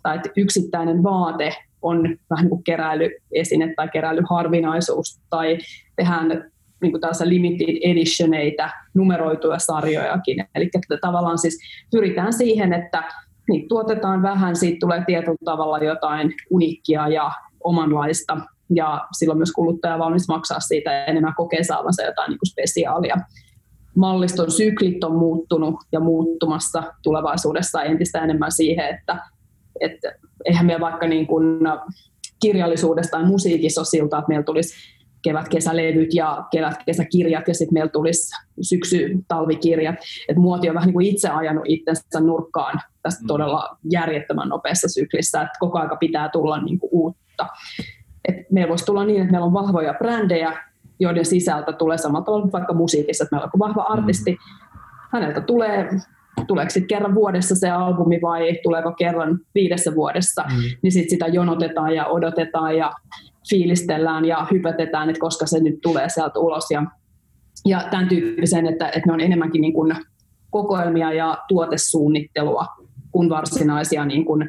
tai että yksittäinen vaate on vähän niin kuin keräilyesine tai keräilyharvinaisuus, tai tehdään niin kuin tällaisia limited editioneita, numeroituja sarjojakin. Eli tavallaan siis pyritään siihen, että niitä tuotetaan vähän, siitä tulee tietyllä tavalla jotain uniikkia ja omanlaista, ja silloin myös kuluttaja on valmis maksaa siitä enemmän, kokee saavansa jotain niin kuin spesiaalia. Malliston syklit on muuttunut ja muuttumassa tulevaisuudessa entistä enemmän siihen, että, että eihän meillä vaikka niin kuin kirjallisuudessa tai musiikissa ole siltä, että meillä tulisi kevät-kesälevyt ja kevät-kesäkirjat ja sitten meillä tulisi syksy-talvikirjat. Et muoti on vähän niin kuin itse ajanut itsensä nurkkaan tästä todella järjettömän nopeassa syklissä, että koko aika pitää tulla niin kuin uutta. Et meillä voisi tulla niin, että meillä on vahvoja brändejä, joiden sisältä tulee samalla tavalla vaikka musiikissa, että meillä on vahva artisti, häneltä tulee, tuleeko sitten kerran vuodessa se albumi vai tuleeko kerran viidessä vuodessa, mm. niin sitten sitä jonotetaan ja odotetaan ja fiilistellään ja hypätetään, että koska se nyt tulee sieltä ulos. Ja, ja tämän tyyppisen, että, että ne on enemmänkin niin kuin kokoelmia ja tuotesuunnittelua kuin varsinaisia niin kuin,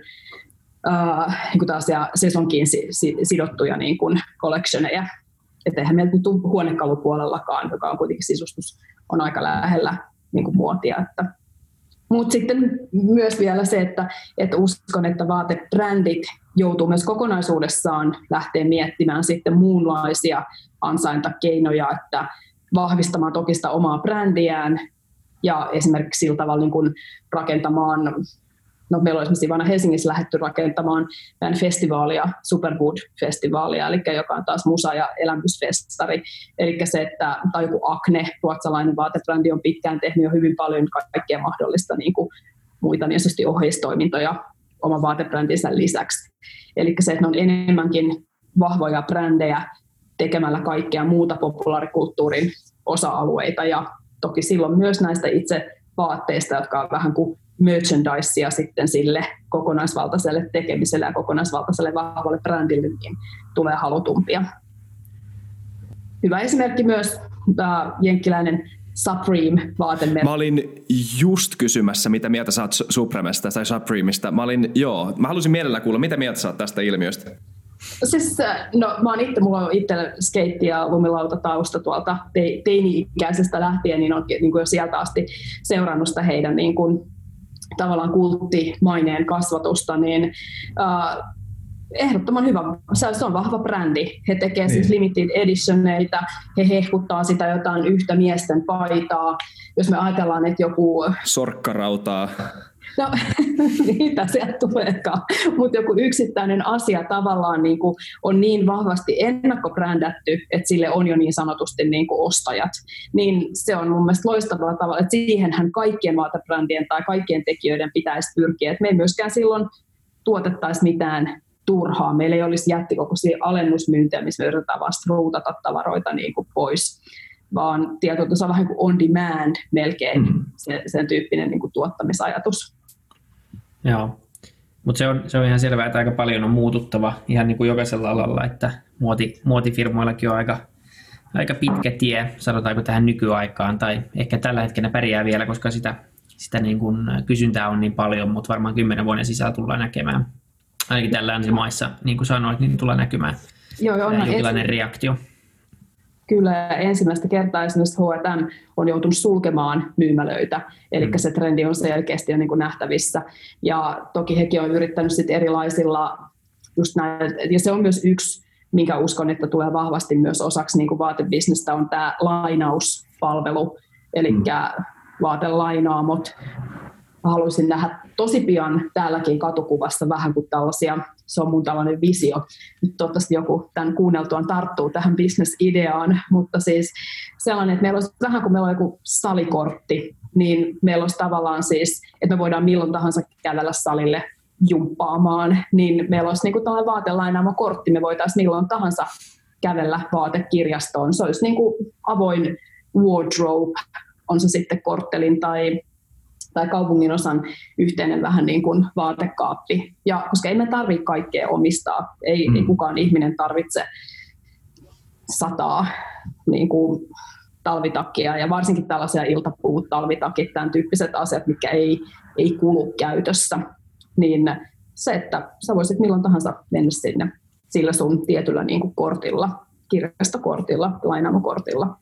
äh, niin kuin tällaisia sesonkiin sidottuja niin kuin collectioneja. Että eihän meiltä nyt huonekalupuolellakaan, joka on kuitenkin sisustus, on aika lähellä niin kuin muotia. Mutta sitten myös vielä se, että, että uskon, että vaatebrändit joutuu myös kokonaisuudessaan lähteä miettimään sitten muunlaisia ansaintakeinoja, että vahvistamaan toki sitä omaa brändiään ja esimerkiksi sillä tavalla niin kuin rakentamaan. No, meillä on esimerkiksi Ivana Helsingissä lähdetty rakentamaan tämän festivaalia, Superwood-festivaalia, eli joka on taas musa- ja elämysfestari. Eli se, että tai joku Acne, ruotsalainen vaatebrändi, on pitkään tehnyt jo hyvin paljon kaikkea mahdollista niin kuin muita niin sanotusti oheistoimintoja oman vaatebrändinsä lisäksi. Eli se, että ne on enemmänkin vahvoja brändejä tekemällä kaikkea muuta populaarikulttuurin osa-alueita, ja toki silloin myös näistä itse vaatteista, jotka on vähän kuin merchandisea sitten sille kokonaisvaltaiselle tekemiselle ja kokonaisvaltaiselle vahvalle brändille, niin tulee halutumpia. Hyvä esimerkki myös äh, jenkkiläinen Supreme-vaatemerkki. Mä olin just kysymässä, mitä mieltä sä oot Supremesta tai Supremesta. Mä olin, joo, mä halusin mielellä kuulla, mitä mieltä sä oot tästä ilmiöstä? Siis, no mä oon itse, mulla on itsellä skeitti- ja lumilautatausta tuolta te- teini-ikäisestä lähtien, niin on niin kuin jo sieltä asti seurannut sitä heidän niin kuin, tavallaan kulttimaineen kasvatusta, niin äh, ehdottoman hyvä. Se on vahva brändi. He tekevät niin. Siis limited editioneita, he hehkuttaa sitä jotain yhtä miesten paitaa. Jos me ajatellaan, että joku... Sorkkarautaa. No, mitä sieltä tuleekaan. Mutta joku yksittäinen asia tavallaan niin kuin on niin vahvasti ennakkobrändätty, että sille on jo niin sanotusti niin kuin ostajat. Niin se on mun mielestä loistavalla tavalla, että siihenhän kaikkien vaatebrändien tai kaikkien tekijöiden pitäisi pyrkiä. Että me ei myöskään silloin tuotettaisi mitään turhaa. Meillä ei olisi jättikokoisia alennusmyyntejä, missä me yritetään vaan ruutata tavaroita niin kuin pois, vaan tietysti se on vähän kuin on demand melkein mm. se, sen tyyppinen niin kuin tuottamisajatus. Joo, mutta se on, se on ihan selvää, että aika paljon on muututtava ihan niin kuin jokaisella alalla, että muoti, muotifirmoillakin on aika, aika pitkä tie, sanotaanko tähän nykyaikaan, tai ehkä tällä hetkellä pärjää vielä, koska sitä, sitä niin kuin kysyntää on niin paljon, mutta varmaan kymmenen vuoden sisällä tullaan näkemään, ainakin tällä länsimaissa, niin kuin sanoit, niin tullaan näkymään Joo, jonkinlainen ensi... reaktio. Kyllä, ensimmäistä kertaa esimerkiksi H and M on joutunut sulkemaan myymälöitä, eli mm. se trendi on selkeästi jo niin kuin nähtävissä. Ja toki hekin on yrittänyt sit erilaisilla, just näin, ja se on myös yksi, minkä uskon, että tulee vahvasti myös osaksi niin kuin vaatebisnestä, on tämä lainauspalvelu, eli mm. vaatelainaamot. Haluaisin nähdä tosi pian täälläkin katukuvassa vähän kuin tällaisia, se on mun tällainen visio. Nyt toivottavasti joku tämän kuunneltuaan tarttuu tähän business-ideaan, mutta siis sellainen, että meillä olisi vähän kuin meillä on joku salikortti, niin meillä olisi tavallaan siis, että me voidaan milloin tahansa kävellä salille jumppaamaan, niin meillä olisi niin kuin tällainen vaatelainaama kortti, me voitaisiin milloin tahansa kävellä vaatekirjastoon. Se olisi niin kuin avoin wardrobe, on se sitten korttelin tai tai kaupunginosan yhteinen vähän niin kuin vaatekaappi. Ja koska ei me tarvitse kaikkea omistaa, ei, mm. ei kukaan ihminen tarvitse sataa niin kuin talvitakkia ja varsinkin tällaisia iltapuut, talvitakit, tämän tyyppiset asiat, mitkä ei, ei kulu käytössä, niin se, että sä voisit milloin tahansa mennä sinne sillä sun tietyllä niin kuin kortilla, kirjastokortilla, lainaamokortilla.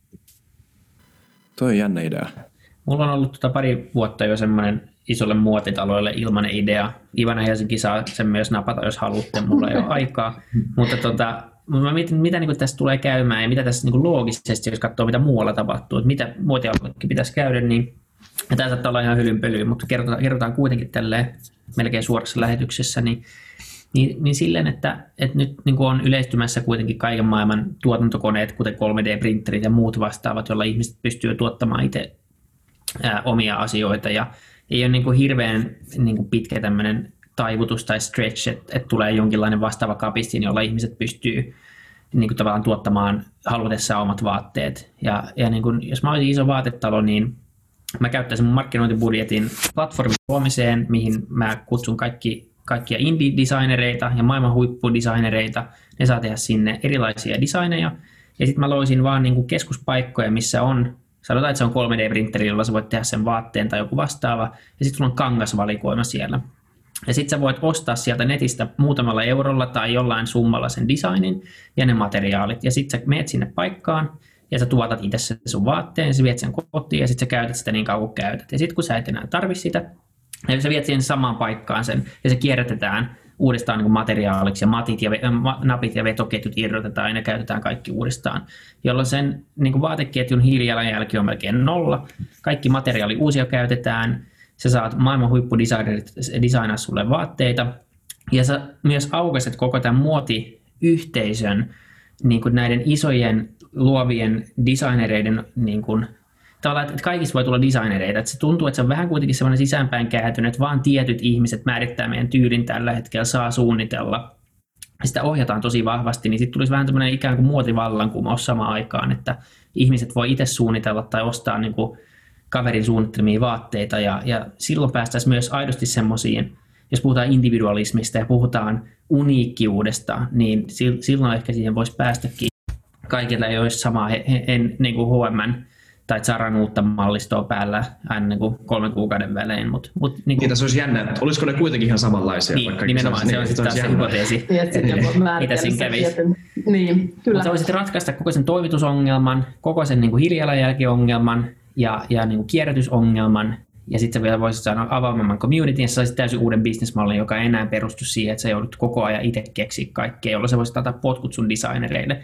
Toi on jännä idea. Mulla on ollut tota pari vuotta jo semmoinen isolle muotitaloille ilmainen idea. Ivana Helsinki saa sen myös napata, jos haluatte. Mulla ei ole aikaa. Mutta tota, mä mietin, mitä niin tässä tulee käymään ja mitä tässä niin loogisesti, jos katsoo, mitä muualla tapahtuu, että mitä muotialueellakin pitäisi käydä, niin tämä saattaa olla ihan hylynpölyä, mutta kerrotaan, kerrotaan kuitenkin tälleen melkein suorassa lähetyksessä, niin, niin, niin silleen, että, että nyt niin on yleistymässä kuitenkin kaiken maailman tuotantokoneet, kuten kolme D-printerit ja muut vastaavat, joilla ihmiset pystyy tuottamaan itse ää, omia asioita, ja ei ole niin kuin hirveän niin kuin pitkä tämmöinen taivutus tai stretch, että, että tulee jonkinlainen vastaava kapistin, jolla ihmiset pystyy niin kuin tavallaan tuottamaan halutessaan omat vaatteet. Ja, ja niin kuin, jos mä olisin iso vaatetalo, niin mä käyttäisin mun markkinointibudjetin platformin luomiseen, mihin mä kutsun kaikki, kaikkia indie-designereita ja maailman huippudesignereita. Ne saa tehdä sinne erilaisia designeja. Ja sitten mä loisin vaan niin kuin keskuspaikkoja, missä on, sanotaan, että se on kolme D-printeri, jolla sä voit tehdä sen vaatteen tai joku vastaava. Ja sitten sulla on kangasvalikoima siellä. Ja sitten sä voit ostaa sieltä netistä muutamalla eurolla tai jollain summalla sen designin ja ne materiaalit. Ja sitten sä meet sinne paikkaan ja sä tuotat itse sen sun vaatteen, sä viet sen kotiin ja sitten sä käytät sitä niin kauan kuin käytät. Ja sitten kun sä et enää tarvi sitä, ja sä viet siihen samaan paikkaan sen ja se kierrätetään uudestaan niin kuin materiaaliksi ja matit ja napit ja vetoketjut irrotetaan ja ne käytetään kaikki uudestaan, jolloin sen niin kuin vaateketjun hiilijalanjälki on melkein nolla. Kaikki materiaali uusia käytetään. Sä saat maailman huippudesignerit designaa sulle vaatteita ja sä myös aukaiset koko tämän muotiyhteisön niin kuin näiden isojen luovien designereiden, niin kuin, tavallaan, että kaikista voi tulla designereita. Että se tuntuu, että se on vähän kuitenkin semmoinen sisäänpäin kääntynyt, että vaan tietyt ihmiset määrittää meidän tyylin tällä hetkellä, saa suunnitella. Sitä ohjataan tosi vahvasti, niin sitten tulisi vähän tämmöinen ikään kuin muotivallankumous samaan aikaan, että ihmiset voi itse suunnitella tai ostaa niin kuin kaverin suunnittelemia vaatteita ja, ja silloin päästäisiin myös aidosti semmoisiin, jos puhutaan individualismista ja puhutaan uniikkiudesta, niin silloin ehkä siihen voisi päästäkin. Kaikilla ei olisi samaa he, he, he, niin kuin H and M tai Zaran uutta mallistoa päällä aina niin kuin kolmen kuukauden välein. Mut, mut, niin kuin... Niin, se olisi jännä, että olisiko ne kuitenkin ihan samanlaisia? Niin, nimenomaan, se on sitten taas se hypoteesi, mitä siinä kävisi. Niin, kyllä. Mutta voisit ratkaista koko sen toimitusongelman, koko sen niin kuin hiilijalanjälkiongelman ja, ja niin kuin kierrätysongelman, ja sitten vielä voisit saada avoimemman communityn, ja sä saisit täysin uuden bisnesmallin, joka ei enää perustu siihen, että sä joudut koko ajan itse keksiä kaikkea, jolloin sä voisit antaa potkut sun designereille.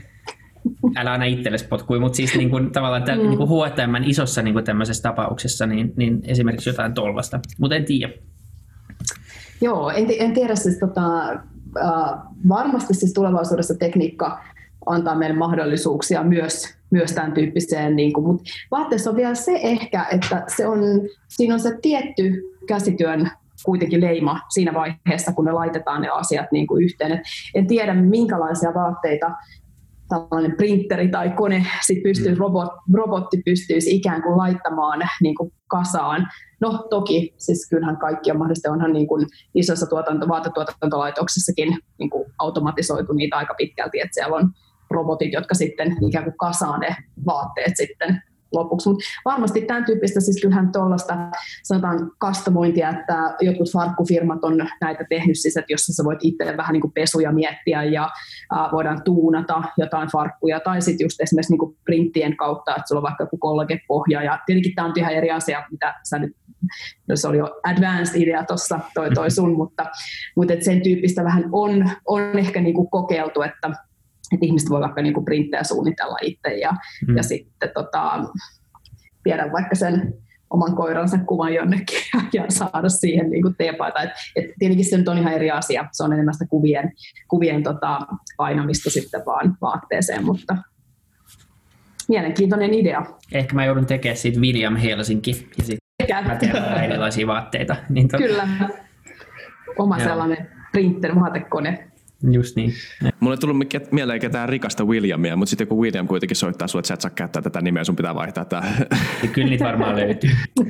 Älä aina itsellesi potkui, mutta siis niin kuin, tavallaan tämän, mm. niin kuin H and M isossa niin kuin tämmöisessä tapauksessa, niin, niin esimerkiksi jotain tollasta, mutta en tiedä. Joo, en, en tiedä siis tota, äh, varmasti siis tulevaisuudessa tekniikka antaa meille mahdollisuuksia myös, myös tämän tyyppiseen, niin kuin, mutta vaatteessa on vielä se ehkä, että se on, siinä on se tietty käsityön kuitenkin leima siinä vaiheessa, kun ne laitetaan ne asiat niin kuin yhteen. Et en tiedä, minkälaisia vaatteita tällainen printeri tai kone sit pystyy, robot, robotti pystyisi ikään kuin laittamaan niin kuin kasaan. No toki, siis kyllähän kaikki on mahdollista, onhan niin kuin isossa tuotanto, vaatetuotantolaitoksissakin niin kuin automatisoitu niitä aika pitkälti, että siellä on robotit, jotka sitten ikään kuin kasaa ne vaatteet sitten lopuksi. Mutta varmasti tämän tyyppistä, siis kyllähän tuollaista sanotaan kastomointia, että jotkut farkkufirmat on näitä tehnyt, siis, että jossa sä voit itse vähän niin kuin pesuja miettiä ja äh, voidaan tuunata jotain farkkuja, tai sitten just esimerkiksi niin kuin printtien kautta, että sulla on vaikka joku kollagepohja, ja tietenkin tämä on ihan eri asia, mitä sä nyt, no se oli jo advanced idea tuossa, toi, toi sun, mutta, mutta et sen tyyppistä vähän on, on ehkä niin kuin kokeiltu, että että ihmiset voi vaikka niinku printtejä suunnitella itse ja, mm. ja sitten tota, viedä vaikka sen oman koiransa kuvan jonnekin ja, ja saada siihen niinku teepaita. Et, et tietenkin se nyt on ihan eri asia, se on enemmän sitä kuvien, kuvien tota, painamista sitten vaan vaatteeseen, mutta mielenkiintoinen idea. Ehkä mä joudun tekemään siitä William Helsinki ja sitten mä teen erilaisia vaatteita. Niin to... Kyllä, oma Joo. sellainen printer-vaatekone. Just niin. Mulle ei tullut mieleen ketään rikasta Williamia, mutta sitten kun William kuitenkin soittaa sulle, että sä et saa käyttää tätä nimeä, sun pitää vaihtaa tämä. Kyllä niitä varmaan löytyy.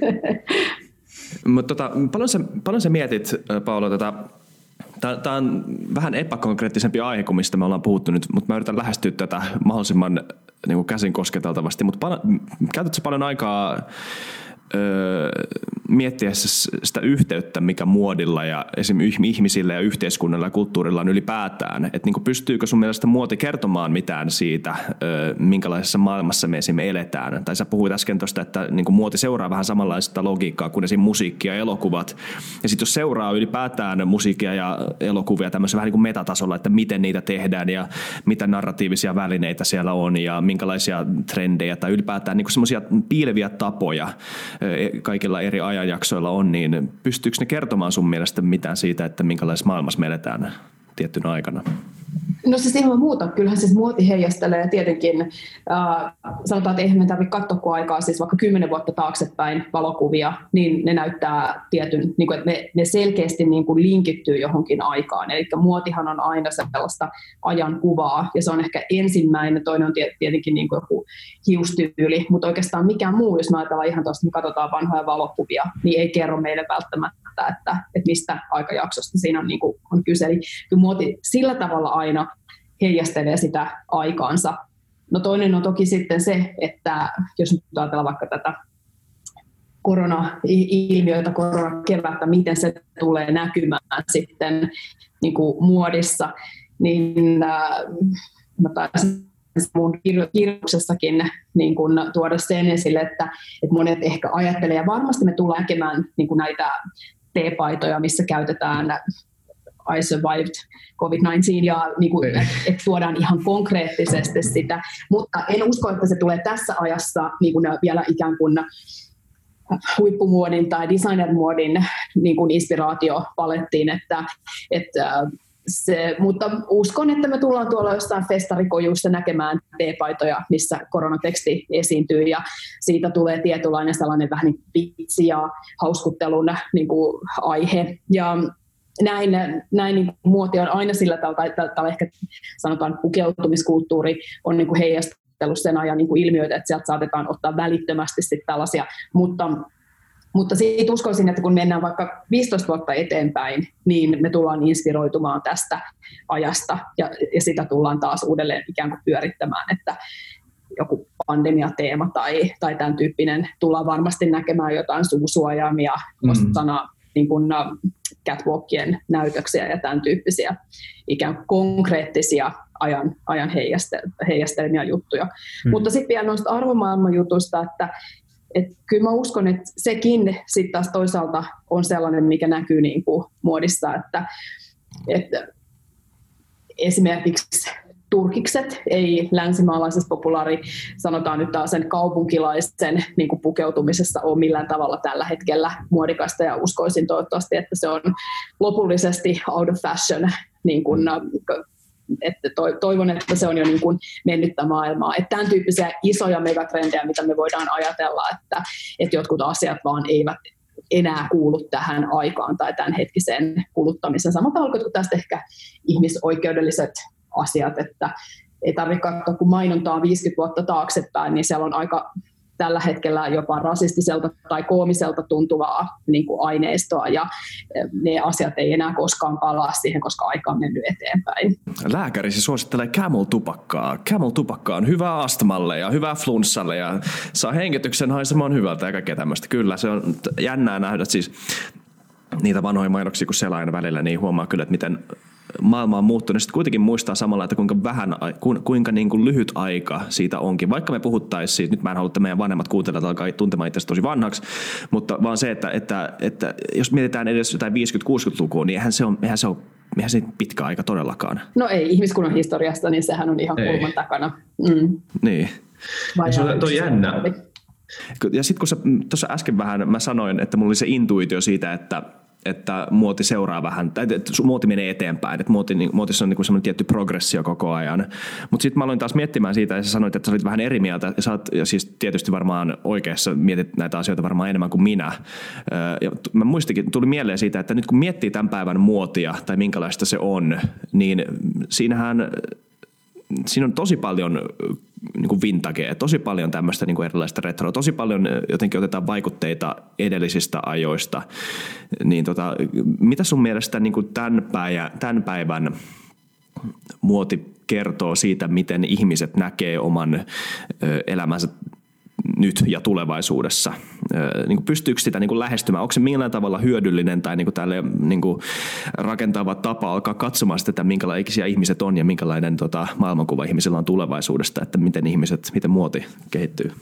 Mutta tota, paljon, sä, paljon sä mietit, Paolo, tätä, tämä on vähän epäkonkreettisempi aihe kuin mistä me ollaan puhuttu nyt, mutta mä yritän lähestyä tätä mahdollisimman niin käsin kosketeltavasti, mutta pal- käytätkö paljon aikaa öö, miettiessä sitä yhteyttä, mikä muodilla ja esimerkiksi ihmisillä ja yhteiskunnalla ja kulttuurilla on ylipäätään. Että niin kuin pystyykö sun mielestä muoti kertomaan mitään siitä, minkälaisessa maailmassa me esimerkiksi eletään? Tai sä puhuit äsken tuosta, että niin kuin muoti seuraa vähän samanlaista logiikkaa kuin esimerkiksi musiikki ja elokuvat. Ja sitten jos seuraa ylipäätään musiikkia ja elokuvia tämmöisen vähän niin kuin metatasolla, että miten niitä tehdään ja mitä narratiivisia välineitä siellä on ja minkälaisia trendejä tai ylipäätään niin kuin semmoisia piileviä tapoja kaikilla eri ajanjaksoilla on, niin pystyykö ne kertomaan sun mielestä mitään siitä, että minkälaisessa maailmassa me eletään tiettynä aikana? No siis ilman muuta. Kyllähän siis muoti heijastelee tietenkin, äh, sanotaan, että eihän me tarvitse katsoa kuin aikaa, siis vaikka kymmenen vuotta taaksepäin valokuvia, niin ne näyttää tietyn, niin kuin, että ne, ne selkeästi niin kuin linkittyy johonkin aikaan. Eli muotihan on aina sellaista ajankuvaa, ja se on ehkä ensimmäinen, toinen on tietenkin niin kuin joku hiustyyli, mutta oikeastaan mikään muu, jos me ajatellaan ihan tuosta, me katsotaan vanhoja valokuvia, niin ei kerro meille välttämättä, että, että mistä aikajaksosta siinä on, niin kuin, on kyse. Eli kyllä muoti sillä tavalla aina heijastelee sitä aikaansa. No toinen on toki sitten se, että jos nyt ajatellaan vaikka tätä korona-ilmiöitä, koronakevättä, miten se tulee näkymään sitten niin kuin muodissa, niin äh, mä taisin mun kirjoituksessakin niin kun tuoda sen esille, että, että monet ehkä ajattelee, ja varmasti me tullaan näkemään niin kuin näitä teepaitoja, missä käytetään I survived covid yhdeksäntoista ja niin kuin, että tuodaan ihan konkreettisesti sitä, mutta en usko, että se tulee tässä ajassa niin kuin vielä ikään kuin huippumuodin tai designer-muodin niin kuin inspiraatiopalettiin, että, että se, mutta uskon, että me tullaan tuolla jossain festarikojuissa näkemään teepaitoja, missä koronateksti esiintyy, ja siitä tulee tietynlainen sellainen vähän niin vitsi ja hauskuttelun niin kuin aihe. Ja näin, näin niin muoti on aina sillä tavalla, tai ehkä sanotaan pukeutumiskulttuuri on niin kuin heijastellut sen ajan niin kuin ilmiöitä, että sieltä saatetaan ottaa välittömästi sitten tällaisia, mutta Mutta siitä uskoisin, että kun mennään vaikka viisitoista vuotta eteenpäin, niin me tullaan inspiroitumaan tästä ajasta ja, ja sitä tullaan taas uudelleen ikään kuin pyörittämään, että joku pandemiateema tai, tai tämän tyyppinen, tullaan varmasti näkemään jotain suusuojaamia mm. osana niin kuin catwalkien näytöksiä ja tämän tyyppisiä ikään kuin konkreettisia ajan, ajan heijastelmia juttuja. Mm. Mutta sitten vielä noista arvomaailman jutusta, että et kyllä mä uskon, että sekin sitten taas toisaalta on sellainen, mikä näkyy niin kuin muodissa, että, että esimerkiksi turkikset, ei länsimaalaisessa populaari, sanotaan nyt taas sen kaupunkilaisen niin kuin pukeutumisessa ole millään tavalla tällä hetkellä muodikasta, ja uskoisin toivottavasti, että se on lopullisesti out of fashion, niin kuin, että toivon, että se on jo niin kuin mennyttä maailmaa. Että tämän tyyppisiä isoja megatrendejä, mitä me voidaan ajatella, että, että jotkut asiat vaan eivät enää kuulu tähän aikaan tai tämän hetkiseen kuluttamiseen. Samalla tavalla kuin tästä ehkä ihmisoikeudelliset asiat, että ei tarvitse katsoa, kun mainontaa viisikymmentä vuotta taaksepäin, niin siellä on aika tällä hetkellä jopa rasistiselta tai koomiselta tuntuvaa niin kuin aineistoa, ja ne asiat ei enää koskaan palaa siihen, koska aika on mennyt eteenpäin. Lääkärisi suosittelee Camel-tupakkaa. Camel-tupakka on hyvä astmalle ja hyvä flunssalle ja saa hengityksen haisemaan hyvältä ja kaikkea tämmöistä. Kyllä, se on jännää nähdä siis niitä vanhoja mainoksia, kun siellä aina välillä, niin huomaa kyllä, että miten maailma on muuttunut. Sitten kuitenkin muistaa samalla, että kuinka, vähän, kuinka niin kuin lyhyt aika siitä onkin. Vaikka me puhuttaisiin siitä, nyt mä en halua, että meidän vanhemmat kuuntelijat alkaa tuntemaan itse tosi vanhaksi, mutta vaan se, että, että, että jos mietitään edes jotain viisikymmentä-kuusikymmentälukua, niin eihän se ole, eihän se ole eihän se pitkä aika todellakaan. No ei, ihmiskunnan historiasta, niin sehän on ihan ei. kulman takana. Mm. Niin. Se on toi jännä. Ja sitten kun sä tuossa äsken vähän mä sanoin, että mulla oli se intuitio siitä, että että muoti seuraa vähän, tai että muoti menee eteenpäin, että muoti, muotissa on niin semmoinen tietty progressio koko ajan. Mutta sitten mä aloin taas miettimään siitä, ja sä sanoit, että sä olit vähän eri mieltä, ja sä oot, ja siis tietysti varmaan oikeassa mietit näitä asioita varmaan enemmän kuin minä. Ja mä muistikin, tuli mieleen siitä, että nyt kun miettii tämän päivän muotia, tai minkälaista se on, niin siinähän siinä on tosi paljon niin kuin vintagea, tosi paljon tämmöistä niin kuin erilaista retroa, tosi paljon jotenkin otetaan vaikutteita edellisistä ajoista. Niin tota, mitä sun mielestä niin kuin tämän, päivän, tämän päivän muoti kertoo siitä, miten ihmiset näkee oman elämänsä nyt ja tulevaisuudessa? Niin kuin pystyykö sitä niin kuin lähestymään? Onko se millään tavalla hyödyllinen tai niin kuin tälle, niin kuin rakentava tapa alkaa katsomaan sitä, että minkälaisia ihmiset on ja minkälainen tota, maailmankuva ihmisillä on tulevaisuudesta, että miten ihmiset, miten muoti kehittyy?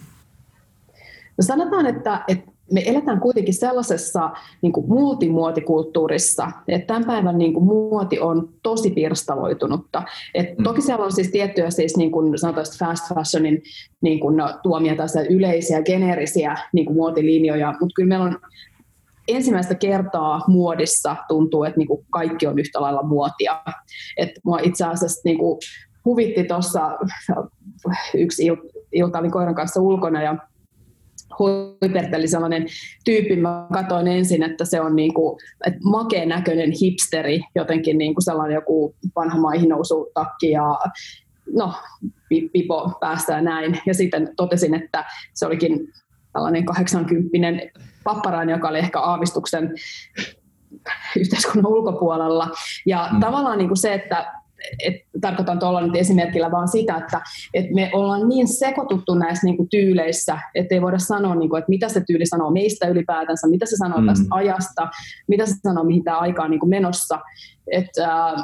No sanotaan, että, että me eletään kuitenkin sellaisessa niin kuin multimuotikulttuurissa, että tämän päivän niin kuin muoti on tosi pirstaloitunutta. Et mm. Toki siellä on siis tiettyjä siis, niin kuin sanotaan fast fashionin niin kuin, tuomia yleisiä, geneerisiä niin kuin muotilinjoja, mutta kyllä meillä on ensimmäistä kertaa muodissa tuntuu, että niin kuin kaikki on yhtä lailla muotia. Et mua itse asiassa niin kuin huvitti tuossa yksi ilta, olin koiran kanssa ulkona ja hoiperteli sellainen tyyppi. Mä katsoin ensin, että se on niinku, että makeen näköinen hipsteri, jotenkin niinku sellainen joku vanha maihinnousutakki ja no, pipo päässä ja näin. Ja sitten totesin, että se olikin tällainen kahdeksankymppinen papparainen, joka oli ehkä aavistuksen yhteiskunnan ulkopuolella. Ja mm. tavallaan niinku se, että Et, tarkoitan tuolla nyt esimerkillä vaan sitä, että et me ollaan niin sekoituttu näissä niinku tyyleissä, että ei voida sanoa, niinku, että mitä se tyyli sanoo meistä ylipäätänsä, mitä se sanoo mm. tästä ajasta, mitä se sanoo, mihin tämä aika on niinku menossa. Et, äh,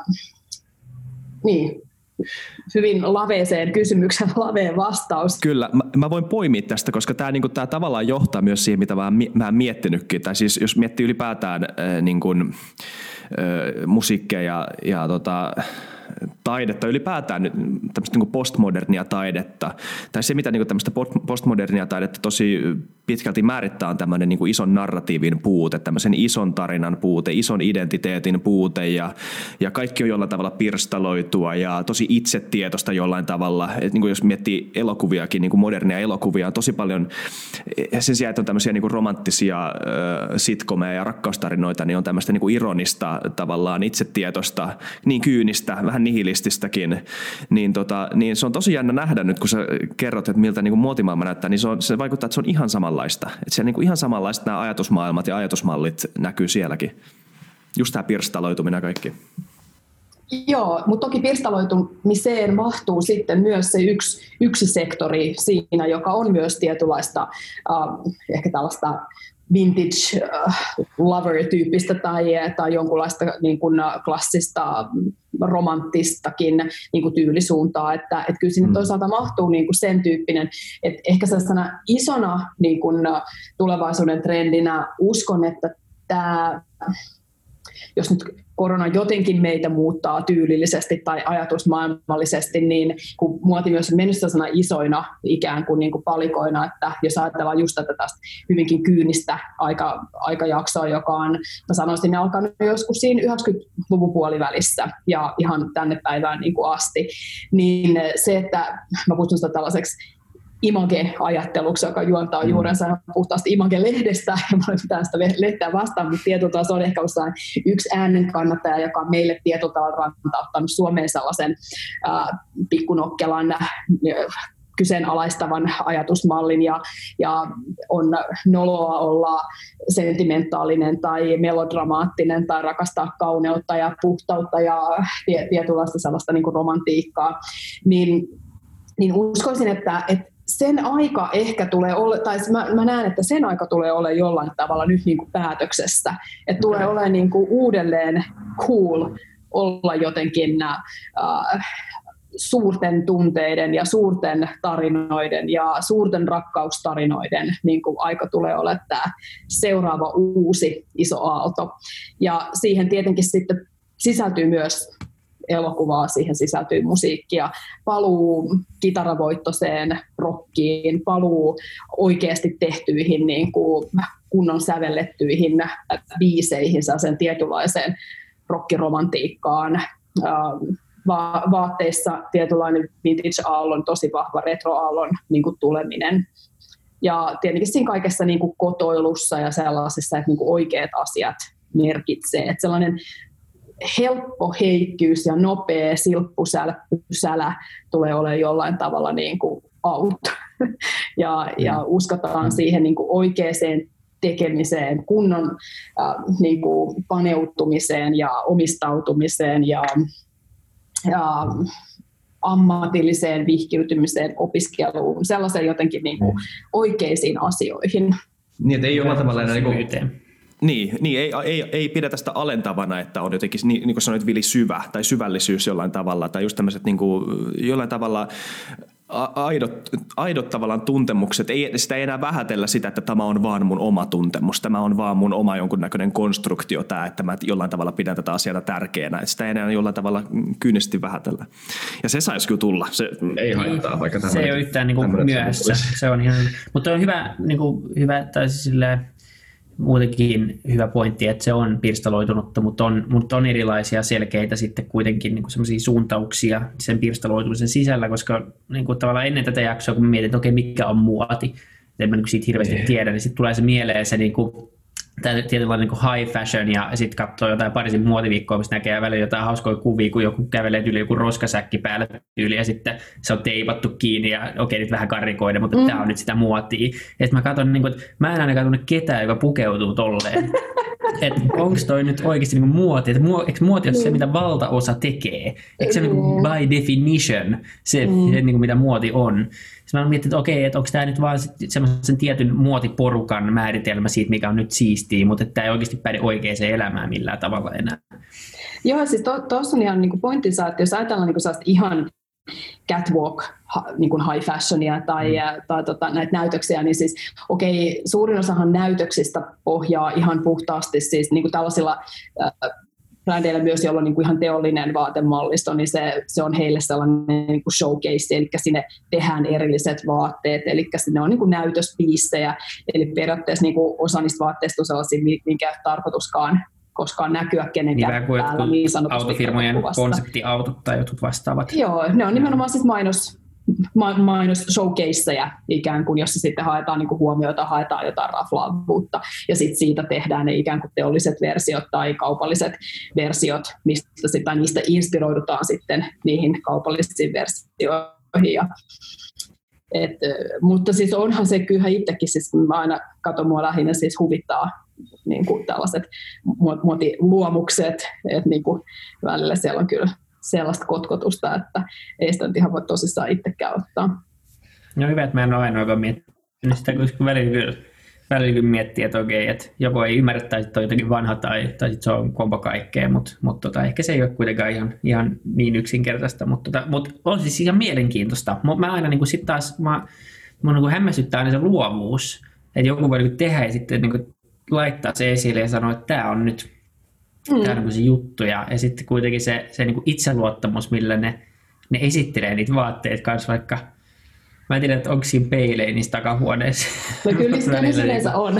niin. Hyvin laveeseen kysymykseen laveen vastaus. Kyllä, mä, mä voin poimia tästä, koska tämä niinku, tavallaan johtaa myös siihen, mitä mä oon miettinytkin. Tai siis jos miettii ylipäätään äh, niinku, äh, musiikkia ja, ja tota, taidetta, ylipäätään tämmöistä niin postmodernia taidetta, tai se mitä niin tämmöistä postmodernia taidetta tosi pitkälti määrittää on tämmöinen niin ison narratiivin puute, tämmöisen ison tarinan puute, ison identiteetin puute ja, ja kaikki on jollain tavalla pirstaloitua ja tosi itsetietoista jollain tavalla, että niin jos miettii elokuviakin, niin modernia elokuvia on tosi paljon, sen sijaan, että on tämmöisiä niin romanttisia äh, sitcomeja ja rakkaustarinoita, niin on tämmöistä niin ironista tavallaan itsetietoista, niin kyynistä, vähän nihilististäkin, niin, tota, niin se on tosi jännä nähdä nyt, kun sä kerrot, että miltä niin muotimaailma näyttää, niin se, on, se vaikuttaa, että se on ihan samanlaista. Että siellä niin ihan samanlaista nämä ajatusmaailmat ja ajatusmallit näkyy sielläkin. Just tämä pirstaloituminen ja kaikki. Joo, mutta toki pirstaloitumiseen mahtuu sitten myös se yksi, yksi sektori siinä, joka on myös tietynlaista, uh, ehkä tällaista vintage uh, lover-tyyppistä tai, tai jonkunlaista niin kuin klassista romanttistakin niin kuin tyylisuuntaa, että, että kyllä sinne toisaalta mahtuu niin kuin sen tyyppinen, että ehkä sellaisena isona niin kuin tulevaisuuden trendinä uskon, että tämä, jos nyt korona jotenkin meitä muuttaa tyylillisesti tai ajatusmaailmallisesti, niin kun muoti myös on mennyt sellaisena isoina ikään kuin, niin kuin palikoina, että jos ajatellaan just tätä tästä hyvinkin kyynistä aika, aikajaksoa, joka on, mä sanoisin, ne alkanut joskus siinä yhdeksänkymmentäluvun puolivälissä ja ihan tänne päivään niin kuin asti, niin se, että mä kutsun sitä tällaiseksi image-ajatteluksi, joka juontaa juurensa puhtaasti image-lehdestä, ja mä olen mitään sitä lehteä vastaan, mutta tietyllä se on ehkä usein yksi äänen kannattaja, joka on meille tietyllä tavalla rantauttanut Suomeen sellaisen äh, pikkunokkelan äh, kyseenalaistavan ajatusmallin, ja, ja on noloa olla sentimentaalinen tai melodramaattinen tai rakastaa kauneutta ja puhtautta ja tietynlaista sellaista niin kuin romantiikkaa, niin, niin uskoisin, että, että sen aika ehkä tulee ole, tai mä, mä näen, että sen aika tulee olemaan jollain tavalla nyt niin kuin päätöksessä. Että tulee okay. olemaan niin kuin uudelleen cool olla jotenkin äh, suurten tunteiden ja suurten tarinoiden ja suurten rakkaustarinoiden niin kuin aika tulee olemaan tämä seuraava uusi iso aalto. Ja siihen tietenkin sitten sisältyy myös elokuvaa, siihen sisältyy musiikkia, paluu kitaravoittoiseen rockiin, paluu oikeasti tehtyihin niin kuin kunnon sävellettyihin biiseihin, sen tietynlaiseen rockiromantiikkaan. Va- vaatteissa tietynlainen vintage-aallon, tosi vahva retro-aallon niin kuin tuleminen. Ja tietenkin siinä kaikessa niin kuin kotoilussa ja sellaisessa, että niin kuin oikeat asiat merkitsee. Että sellainen helppo heikkyys ja nopea silppusälä tulee olemaan jollain tavalla niin kuin out. ja, ja uskotaan siihen niin kuin oikeaan tekemiseen, kunnon äh, niin kuin paneutumiseen ja omistautumiseen ja, ja ammatilliseen vihkiytymiseen, opiskeluun, sellaiseen jotenkin niin kuin oikeisiin asioihin. Niin, että ei ole tavalla enää niin Niin, niin ei, ei, ei pidetä sitä alentavana, että on jotenkin, niin, niin kuin sanoit Vili, syvä tai syvällisyys jollain tavalla, tai just tämmöiset niin kuin, jollain tavalla aidot, aidot tavallaan tuntemukset, ei, sitä ei enää vähätellä sitä, että tämä on vaan mun oma tuntemus, tämä on vaan mun oma jonkunnäköinen konstruktio, tämä, että mä jollain tavalla pidän tätä asiaa tärkeänä, että sitä ei enää jollain tavalla kyynisesti vähätellä. Ja se saisi kyllä tulla. Se ei haittaa, vaikka se ei ole yhtään niin kuin myöhässä. Se on ihan, mutta on hyvä, niin kuin, hyvä tai silleen, muutenkin hyvä pointti, että se on pirstaloitunutta, mutta on, mutta on erilaisia selkeitä sitten kuitenkin niin semmoisia suuntauksia sen pirstaloitumisen sisällä, koska niin kuin tavallaan ennen tätä jaksoa, kun mietin, että okei, mikä on muoti, en mä niin siitä hirveästi tiedä, niin sitten tulee se mieleen se niin kuin, tietynlainen niin high fashion ja sitten katsoo jotain Pariisin muotiviikkoa, missä näkee välillä jotain hauskoja kuvia, kun joku kävelee yli joku roskasäkki päällä yli ja sitten se on teipattu kiinni ja okei, nyt vähän karikoida, mutta mm. tämä on nyt sitä muotia. Et mä katson, niin kuin, että mä en ainakaan tunne ketään, joka pukeutuu tolleen. Että onko toi nyt oikeasti niin muoti? Että muo, eikö muoti ole se, mitä valtaosa tekee? Eikö se niin kuin by definition se, mm. se niin kuin mitä muoti on? Sitten mä mietin, että okei, että onko tämä nyt vaan semmoisen tietyn muotiporukan määritelmä siitä, mikä on nyt siistiä, mutta tämä ei oikeasti päde oikeaan elämään millään tavalla enää. Joo, siis tuossa to, on ihan niin kuin pointtinsa, että jos ajatellaan niin kuin ihan catwalk, niin kuin high fashionia tai, mm. tai tota, näitä näytöksiä, niin siis okei, suurin osahan näytöksistä pohjaa ihan puhtaasti siis niin kuin tällaisilla äh, brändeillä myös, jolla on niin kuin ihan teollinen vaatemallisto, niin se, se on heille sellainen niin kuin showcase, eli sinne tehdään erilliset vaatteet, eli sinne on niin kuin näytöspiissejä, eli periaatteessa niin kuin osa niistä vaatteista on sellaisia, minkä ei tarkoituskaan koskaan näkyä kenenkään niin päällä. Niin sanotusti autofirmojen konseptiautot tai jotkut vastaavat. Joo, ne on nimenomaan siis mainos, ma, mainos showcaseja ikään kuin, jossa sitten haetaan niin kuin huomiota, haetaan jotain raflaavuutta ja sitten siitä tehdään ne ikään kuin teolliset versiot tai kaupalliset versiot, mistä sitten niistä inspiroidutaan sitten niihin kaupallisiin versioihin. Ja, et, mutta siis onhan se kyllä itsekin, siis kun mä aina katson, mua lähinnä siis huvittaa niin kuin tällaiset muotiluomukset, että niin kuin välillä siellä on kyllä sellaista kotkotusta, että ei sitä nyt ihan voi tosissaan itsekään ottaa. No hyvä, että mä en ole ainoa, joka miettinyt sitä, koska välillä kyllä, välillä kyllä miettii, että okei, että joko ei ymmärrä tai sitten on jotenkin vanha tai, tai sitten se on kompa kaikkea, mutta, mutta tota, ehkä se ei ole kuitenkaan ihan, ihan niin yksinkertaista, mutta, tota, mutta on siis ihan mielenkiintoista. Mä aina niin kuin sit taas, mä, mä niin kuin hämmästyttää aina se luovuus, että joku voi niin tehdä ja sitten niin kuin laittaa se esille ja sanoa, että tämä on nyt mm. tämä on se juttu. Ja, ja sitten kuitenkin se, se niin kuin itseluottamus, millä ne, ne esittelee niitä vaatteita kanssa, vaikka mä en tiedä, että onko siinä peilejä niissä takahuoneissa. No kyllä sitä yleensä on.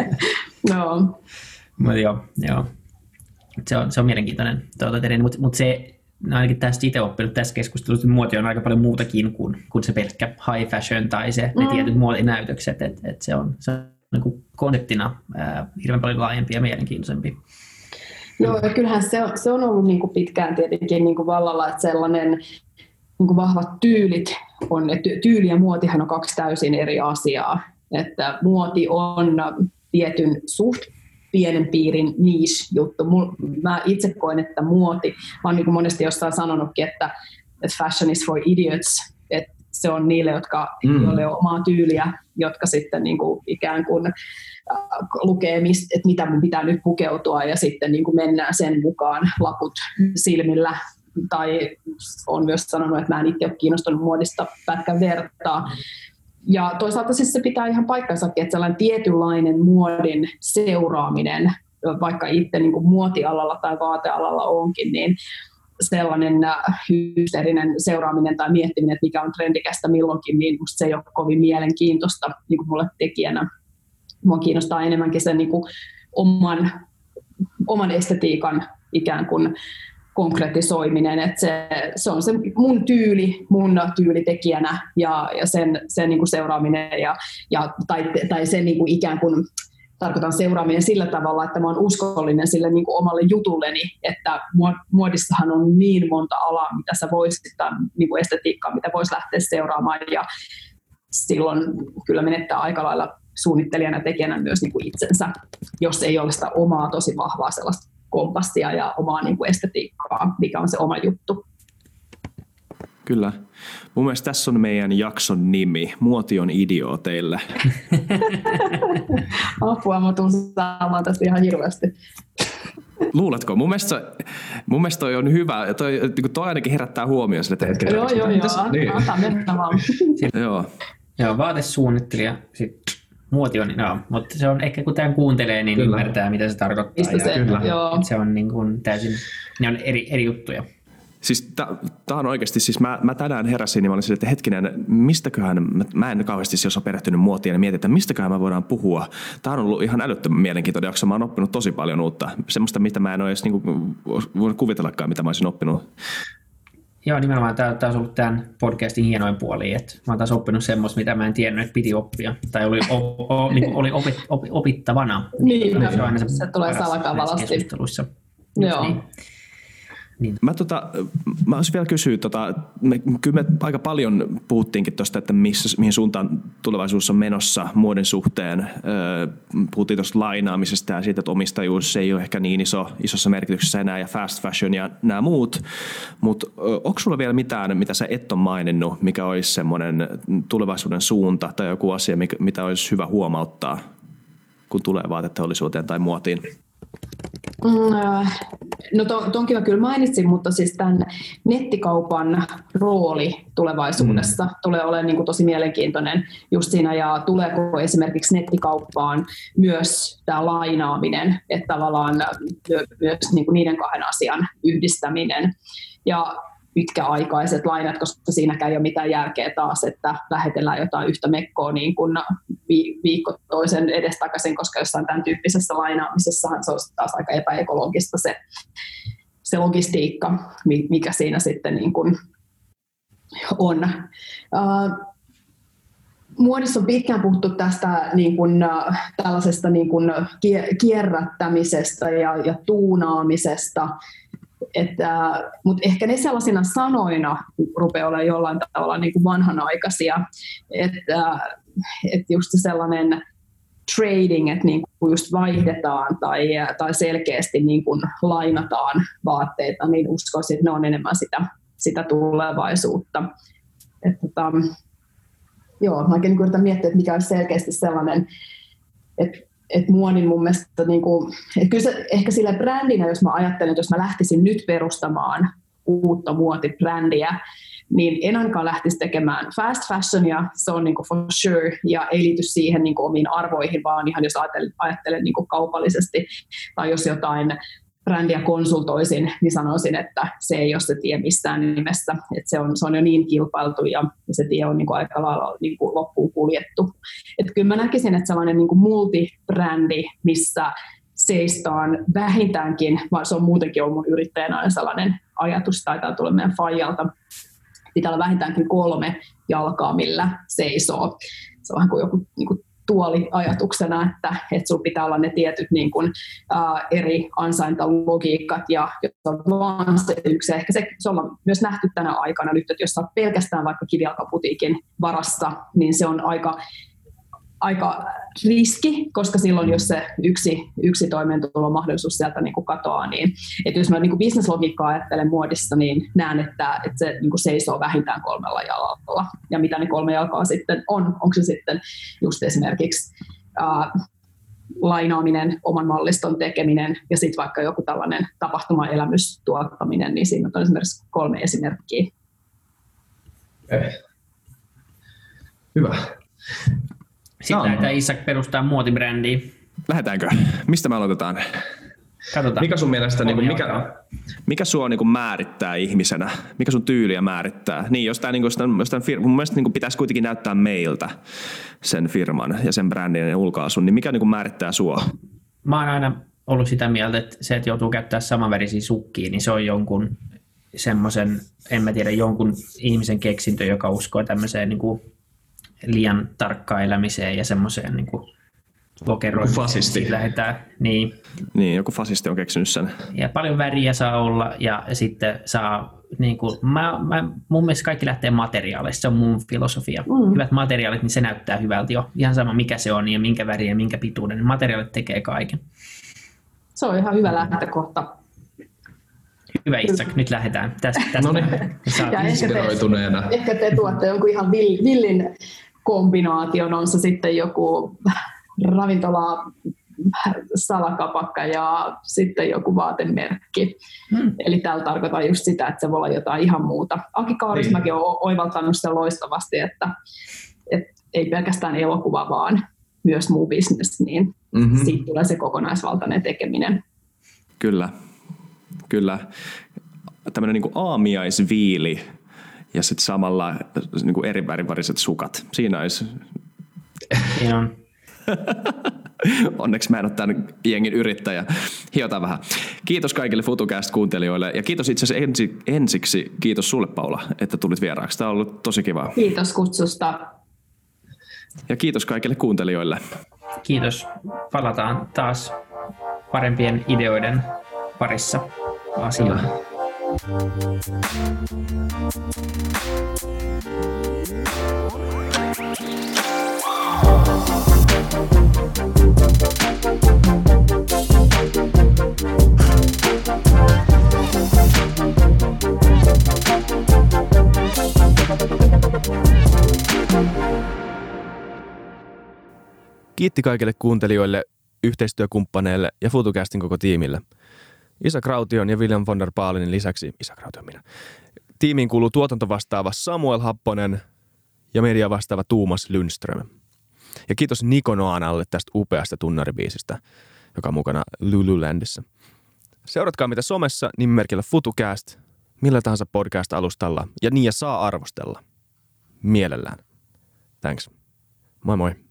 No. Mutta joo, joo. Se on, se on mielenkiintoinen. Mutta mut se, ainakin tästä itse oppinut tässä keskustelussa, että muoti on aika paljon muutakin kuin, kuin se pelkkä high fashion tai se, ne mm. tietyt muotinäytökset. Et, et se on, se on niin kuin konseptina ää, hirveän paljon laajempi ja mielenkiintoisempi. Joo, ja kyllähän se on, se on ollut niin kuin pitkään tietenkin niin kuin vallalla, että sellainen niin kuin vahvat tyylit on, että tyyli ja muotihan on kaksi täysin eri asiaa. Että muoti on tietyn suht pienen piirin niche-juttu. Mä itse koen, että muoti, mä oon niin kuin monesti jossain sanonutkin, että, että fashion is for idiots, että se on niille, jotka mm. joille on omaa tyyliä, jotka sitten niin kuin ikään kuin äh, lukee, mist, että mitä mun pitää nyt pukeutua ja sitten niin kuin mennään sen mukaan laput silmillä. Tai on myös sanonut, että mä en itse ole kiinnostunut muodista pätkän vertaa. Ja toisaalta siis se pitää ihan paikkansakin, että sellainen tietynlainen muodin seuraaminen, vaikka itse niin kuin muotialalla tai vaatealalla onkin, niin sellainen hysteerinen seuraaminen tai miettiminen, että mikä on trendikästä milloinkin, niin musta se ei ole kovin mielenkiintoista niin kuin mulle tekijänä. Mua kiinnostaa enemmänkin sen niin kuin oman, oman estetiikan ikään kuin konkretisoiminen, että se, se on se mun tyyli, mun tyylitekijänä ja, ja sen, sen niin kuin seuraaminen ja, ja, tai, tai sen niin kuin ikään kuin tarkoitan seuraaminen sillä tavalla, että mä oon uskollinen sille niin kuin omalle jutulleni, että muodissahan on niin monta alaa, mitä sä voisit, niin kuin estetiikkaa, mitä voisi lähteä seuraamaan ja silloin kyllä menettää aika lailla suunnittelijana ja tekijänä myös niin kuin itsensä, jos ei ole sitä omaa tosi vahvaa sellaista kompassia ja omaa niin kuin estetiikkaa, mikä on se oma juttu. Kyllä. Mun mielestä tässä on meidän jakson nimi. Muoti on idiooteille. Apua, mä tuun saamaan tästä ihan hirveästi. Luuletko? Mun mielestä, mun mielestä toi on hyvä. Toi, toi ainakin herättää huomioon sille hetkellä. Joo, joo, joo. Niin. Antaa mennä vaan. Joo. Joo, vaatesuunnittelija. Sitten muoti on, no, mutta se on ehkä kun tämän kuuntelee, niin kyllä. Ymmärtää, mitä se tarkoittaa. Se, kyllä. Joo. Se on niin kuin täysin, ne on eri, eri juttuja. Siis tämä on oikeasti, siis mä, mä tänään heräsin ja mä olin sille, että hetkinen, mistäköhän, mä, mä en kauheasti jos on perehtynyt muotiin ja mietin, että mistäköhän mä voidaan puhua. Tämä on ollut ihan älyttömän mielenkiintoinen jakso, mä oon oppinut tosi paljon uutta, semmoista, mitä mä en ole edes niin kuin, voinut kuvitellakaan, mitä mä olisin oppinut. Joo, nimenomaan tämä on taas ollut tämän podcastin hienoin puoli, että mä oon taas oppinut semmoista, mitä mä en tiennyt, että piti oppia, tai oli, o, o, niin oli opit, op, opittavana. Niin, se, on aina se, se tulee salakavalasti. Joo. Niin. Niin. Mä, tota, mä olisin vielä kysyä, tota, me, kyllä me aika paljon puhuttiinkin tuosta, että missä, mihin suuntaan tulevaisuus on menossa muodin suhteen. Öö, puhuttiin tuosta lainaamisesta ja siitä, että omistajuus ei ole ehkä niin iso, isossa merkityksessä enää ja fast fashion ja nämä muut. Mutta onko sulla vielä mitään, mitä sä et ole maininnut, mikä olisi semmoinen tulevaisuuden suunta tai joku asia, mikä, mitä olisi hyvä huomauttaa, kun tulee vaateteollisuuteen tai muotiin? No ton, tonkin mä kyllä mainitsin, mutta siis tämän nettikaupan rooli tulevaisuudessa mm. tulee olemaan niin kuin tosi mielenkiintoinen just siinä, ja tuleeko esimerkiksi nettikauppaan myös tämä lainaaminen, että tavallaan myös niin kuin niiden kahden asian yhdistäminen ja pitkäaikaiset lainat, koska siinäkään ei ole mitään järkeä taas, että lähetellään jotain yhtä mekkoa niin kuin viikko toisen edestakaisin, koska jossain tämän tyyppisessä lainaamisessahan se on taas aika epäekologista se, se logistiikka, mikä siinä sitten niin kuin on. Uh, Muodissa on pitkään puhuttu tästä niin kuin, tällaisesta niin kuin kierrättämisestä ja, ja tuunaamisesta, Että, mutta ehkä ne sellaisina sanoina rupeaa olemaan jollain tavalla niin kuin vanhanaikaisia, että, että just sellainen trading, että niin kuin just vaihdetaan tai, tai selkeästi niin kuin lainataan vaatteita, niin uskoisin, että ne on enemmän sitä, sitä tulevaisuutta. Että, tota, joo, mä oikein yritän miettiä, että mikä olisi selkeästi sellainen, että että muodin mun mielestä, niin kuin, että kyllä se, ehkä sillä brändinä, jos mä ajattelen, että jos mä lähtisin nyt perustamaan uutta muotibrändiä, niin en ainakaan lähtisi tekemään fast fashionia, se on niin kuin for sure, ja ei liity siihen niin kuin omiin arvoihin, vaan ihan jos ajattelen, ajattelen niin kuin kaupallisesti, tai jos jotain brändiä konsultoisin, niin sanoisin, että se ei ole se tie mistään nimessä. Että se, on, se on jo niin kilpailtu ja se tie on niin kuin aika lailla niin kuin loppuun kuljettu. Että kyllä mä näkisin, että sellainen niin kuin multibrändi, missä seistaan vähintäänkin, vaan se on muutenkin ollut mun yrittäjänä sellainen ajatus, taitaa tulla meidän faijalta, pitää olla vähintäänkin kolme jalkaa, millä seisoo. Se on vähän kuin joku niin kuin tuoliajatuksena, että, että sinulla pitää olla ne tietyt niin kuin, ää, eri ansaintalogiikat ja jos on vaan se yksi. Ehkä se, se ollaan myös nähty tänä aikana nyt, että jos olet pelkästään vaikka kivijalkaputiikin varassa, niin se on aika, aika riski, koska silloin jos se yksi, yksi toimeentulomahdollisuus sieltä niin kuin katoaa, niin että jos mä niin kuin business-logiikkaa ajattelen muodissa, niin näen, että, että se niin kuin seisoo vähintään kolmella jalalla. Ja mitä ne kolme jalkaa sitten on? Onko se sitten just esimerkiksi ää, lainaaminen, oman malliston tekeminen ja sitten vaikka joku tällainen tapahtuma-elämystuottaminen, niin siinä on esimerkiksi kolme esimerkkiä. Eh. Hyvä. Sitten lähdetään Isak perustaa muotibrändiä. Lähdetäänkö? Mistä me aloitetaan? Katsotaan. Mikä sun mielestä, niin kuin, mikä, mikä sua niin kuin määrittää ihmisenä? Mikä sun tyyliä määrittää? Niin, jos tämä, niin kuin, jos tämän firma, mun mielestä niin kuin pitäisi kuitenkin näyttää meiltä sen firman ja sen brändin ja ulkoasun, niin mikä niin kuin määrittää sua? Mä oon aina ollut sitä mieltä, että se, että joutuu käyttämään samanvärisiä sukkia, niin se on jonkun semmoisen, en mä tiedä, jonkun ihmisen keksintö, joka uskoo tämmöiseen niin kuin liian tarkkaan elämiseen ja semmoiseen niin kuin lokeroimiseen. Fasisti. Lähdetään, niin. Niin, joku fasisti on keksinyt sen. Ja paljon väriä saa olla ja sitten saa, niin kuin, mä, mä, mun mielestä kaikki lähtee materiaaleista, se on mun filosofia. Mm. Hyvät materiaalit, niin se näyttää hyvältä jo. Ihan sama mikä se on ja minkä väriä ja minkä pituuden, niin materiaalit tekee kaiken. Se on ihan hyvä lähtökohta. Hyvä Isak, nyt lähdetään. Tästä, tästä no niin, inspiroituneena. Ehkä te tuotte jonkun ihan villin kombinaation, on se sitten joku ravintola, salakapakka ja sitten joku vaatemerkki. Hmm. Eli tällä tarkoitan just sitä, että se voi olla jotain ihan muuta. Aki Kaurismäki on oivaltanut sitä loistavasti, että, että ei pelkästään elokuva, vaan myös muu business, niin mm-hmm. siitä tulee se kokonaisvaltainen tekeminen. Kyllä, kyllä. Tämmöinen niin kuin aamiaisviili ja sitten samalla niin kuin eri väriväriset sukat. Siinä olisi... Joo. Onneksi mä en ole tämän jengin yrittäjä. Hiotaan vähän. Kiitos kaikille FutuCast-kuuntelijoille ja kiitos itse asiassa ensi, ensiksi. Kiitos sulle, Paula, että tulit vieraaksi. Tämä on ollut tosi kivaa. Kiitos kutsusta. Ja kiitos kaikille kuuntelijoille. Kiitos. Palataan taas parempien ideoiden parissa asiaan. Kiitti kaikille kuuntelijoille, yhteistyökumppaneille ja FutuCastin koko tiimille. Isak Raution ja William von der Baalinin lisäksi, Isak Rautio minä, tiimiin kuuluu tuotantovastaava Samuel Happonen ja media vastaava Tuomas Lundström. Ja kiitos Niko Noanalle tästä upeasta tunnaribiisistä, joka on mukana Lululandissa. Seuratkaa mitä somessa nimimerkillä FutuCast, millä tahansa podcast-alustalla ja niin ja saa arvostella. Mielellään. Thanks. Moi moi.